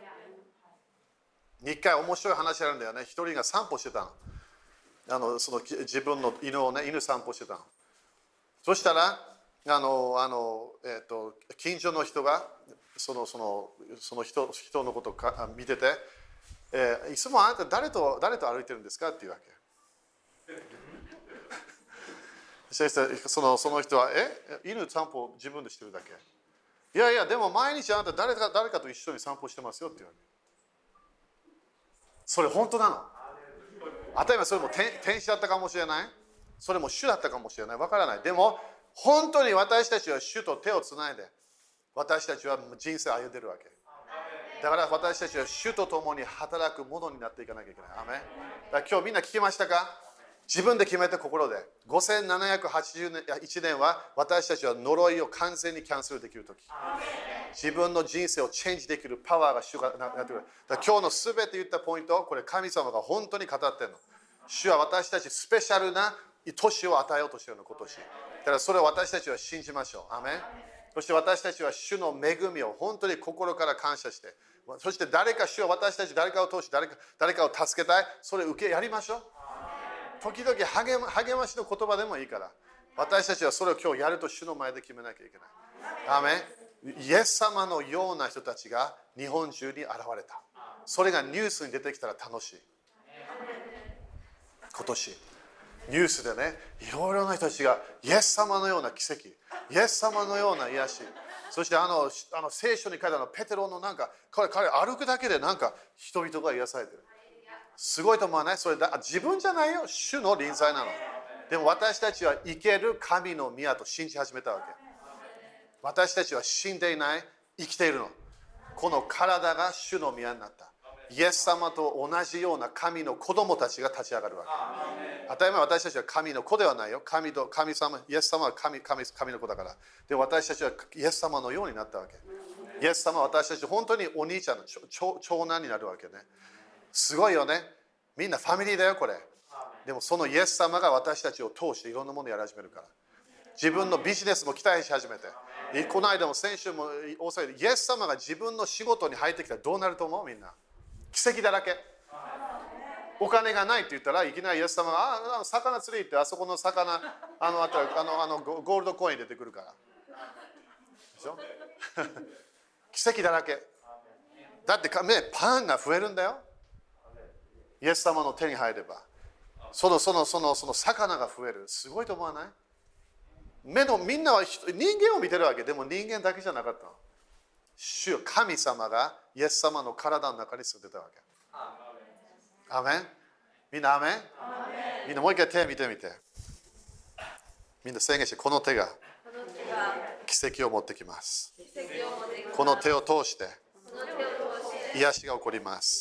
一回面白い話あるんだよね。一人が散歩してたの。あのその自分の犬をね、犬散歩してたの。そしたら、あのあのえー、と近所の人がそのそのその 人, 人のことをか見てて、えー、いつもあなた誰と誰と歩いてるんですかっていうわけ。そしてそのその人は、え犬散歩自分でしてるだけ。いやいや、でも毎日あなた誰か誰かと一緒に散歩してますよっていうわけ。それ本当なの。当たり前それも天使だったかもしれない。それも主だったかもしれない。わからない。でも本当に私たちは主と手をつないで私たちは人生を歩んでいるわけ。だから私たちは主と共に働くものになっていかなきゃいけない。アメン。だから今日みんな聞きましたか？自分で決めた心で。ごせんななひゃくはちじゅういちねんは私たちは呪いを完全にキャンセルできるとき。自分の人生をチェンジできるパワーが主がなってくる。だから今日のすべて言ったポイント、これ神様が本当に語ってるの。主は私たちスペシャルな年を与えようとしているの、今年。だからそれを私たちは信じましょう。アメン。そして私たちは主の恵みを本当に心から感謝して、そして誰か主は私たち誰かを通して誰か、誰かを助けたい、それ受けやりましょう。時々励ま、励ましの言葉でもいいから、私たちはそれを今日やると主の前で決めなきゃいけない。アメン。イエス様のような人たちが日本中に現れた。それがニュースに出てきたら楽しい。今年ニュースでね、いろいろな人たちがイエス様のような奇跡、イエス様のような癒し、そしてあのあの聖書に書いたのペテロのなんか彼彼歩くだけでなんか人々が癒されてる。すごいと思わない？それだ自分じゃないよ、主の臨在なの。でも私たちは生ける神の宮と信じ始めたわけ。私たちは死んでいない、生きているの。この体が主の宮になった。イエス様と同じような神の子供たちが立ち上がるわけ。当たり前、私たちは神の子ではないよ。神と神様、イエス様は 神, 神, 神の子だから。で、私たちはイエス様のようになったわけ。イエス様は私たち本当にお兄ちゃんの長, 長男になるわけね。すごいよね。みんなファミリーだよ、これ。でもそのイエス様が私たちを通していろんなものをやり始めるから。自分のビジネスも期待し始めて。この間も先週も大阪でイエス様が自分の仕事に入ってきたらどうなると思う？みんな。奇跡だらけ。お金がないって言ったらいきなりイエス様がああ魚釣り行ってあそこの魚あのあとあのあのゴールドコイン出てくるから。でしょ奇跡だらけ。だってね、パンが増えるんだよ。イエス様の手に入れば。そのそのそのその魚が増える。すごいと思わない？目のみんなは人間を見てるわけ。でも人間だけじゃなかったの。主神様がイエス様の体の中に住んでたわけ。アメン。みんなアメン。みんなもう一回手見てみて。みんな宣言して、この手が奇跡を持ってきます。この手を通して癒しが起こります。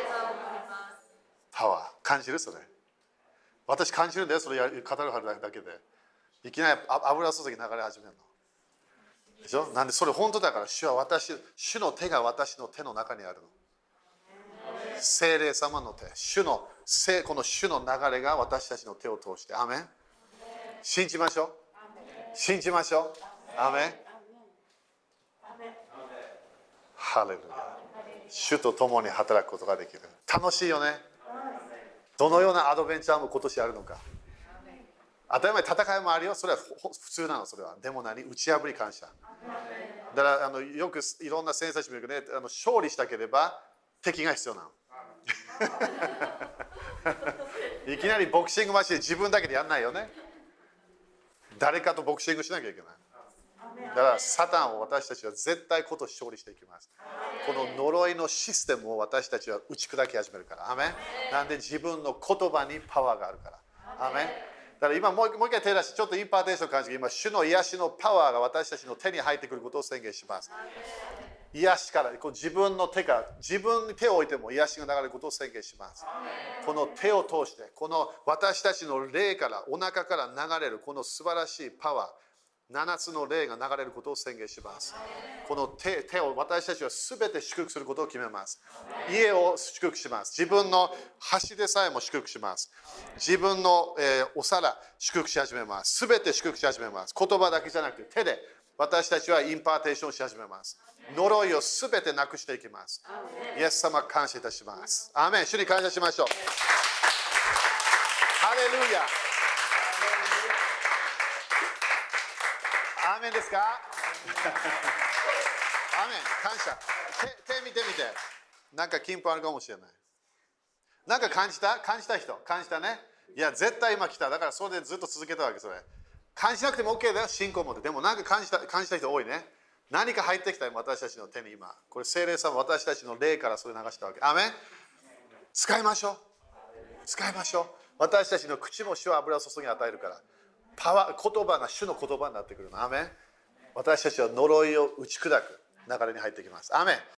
パワー感じる？それ私感じるんだよ。それ語るだけでいきなり油注ぎ流れ始めるのでしょ。なんでそれ本当だから。主は私、主の手が私の手の中にあるの。聖霊様の手、主のこの主の流れが私たちの手を通して。アメン。信じましょう。信じましょう。アメン。ハレルヤ。主と共に働くことができる。楽しいよね。どのようなアドベンチャーも今年あるのか。当たり前、戦いもあるよ。それは普通なの。それはでも何、打ち破り感謝だからあのよくいろんな先生たちも言うけどね、あの勝利したければ敵が必要なのいきなりボクシングマシンで自分だけでやんないよね。誰かとボクシングしなきゃいけない。だからサタンを私たちは絶対今年勝利していきます。この呪いのシステムを私たちは打ち砕き始めるから。アメン。なんで自分の言葉にパワーがあるから。アメン。だから今もう一回手出してちょっとインパーテーションを感じて、今主の癒しのパワーが私たちの手に入ってくることを宣言します。癒しからこう自分の手から自分に手を置いても癒しが流れることを宣言します。この手を通してこの私たちの霊からお腹から流れるこの素晴らしいパワー、ななつの霊が流れることを宣言します。この 手, 手を私たちは全て祝福することを決めます。家を祝福します。自分の箸でさえも祝福します。自分の、えー、お皿祝福し始めます。全て祝福し始めます。言葉だけじゃなくて手で私たちはインパーテーションし始めます。呪いを全てなくしていきます。イエス様感謝いたします。アーメン。主に感謝しましょう。ハレルヤ。アーメンですか？アーメン。感謝。手、手見てみて。なんか金粉あるかもしれない。なんか感じた？感じた人？感じたね。いや、絶対今来た。だからそれでずっと続けたわけ、それ。感じなくても OK だよ、信仰持って。でもなんか感じた、感じた人多いね。何か入ってきたよ、私たちの手に今。これ、聖霊様、私たちの霊からそれ流したわけ。アーメン。使いましょう。使いましょう。私たちの口も主は油を注ぎ与えるから。パワー、言葉が主の言葉になってくるの。アーメン。 私たちは呪いを打ち砕く流れに入ってきます。アーメン。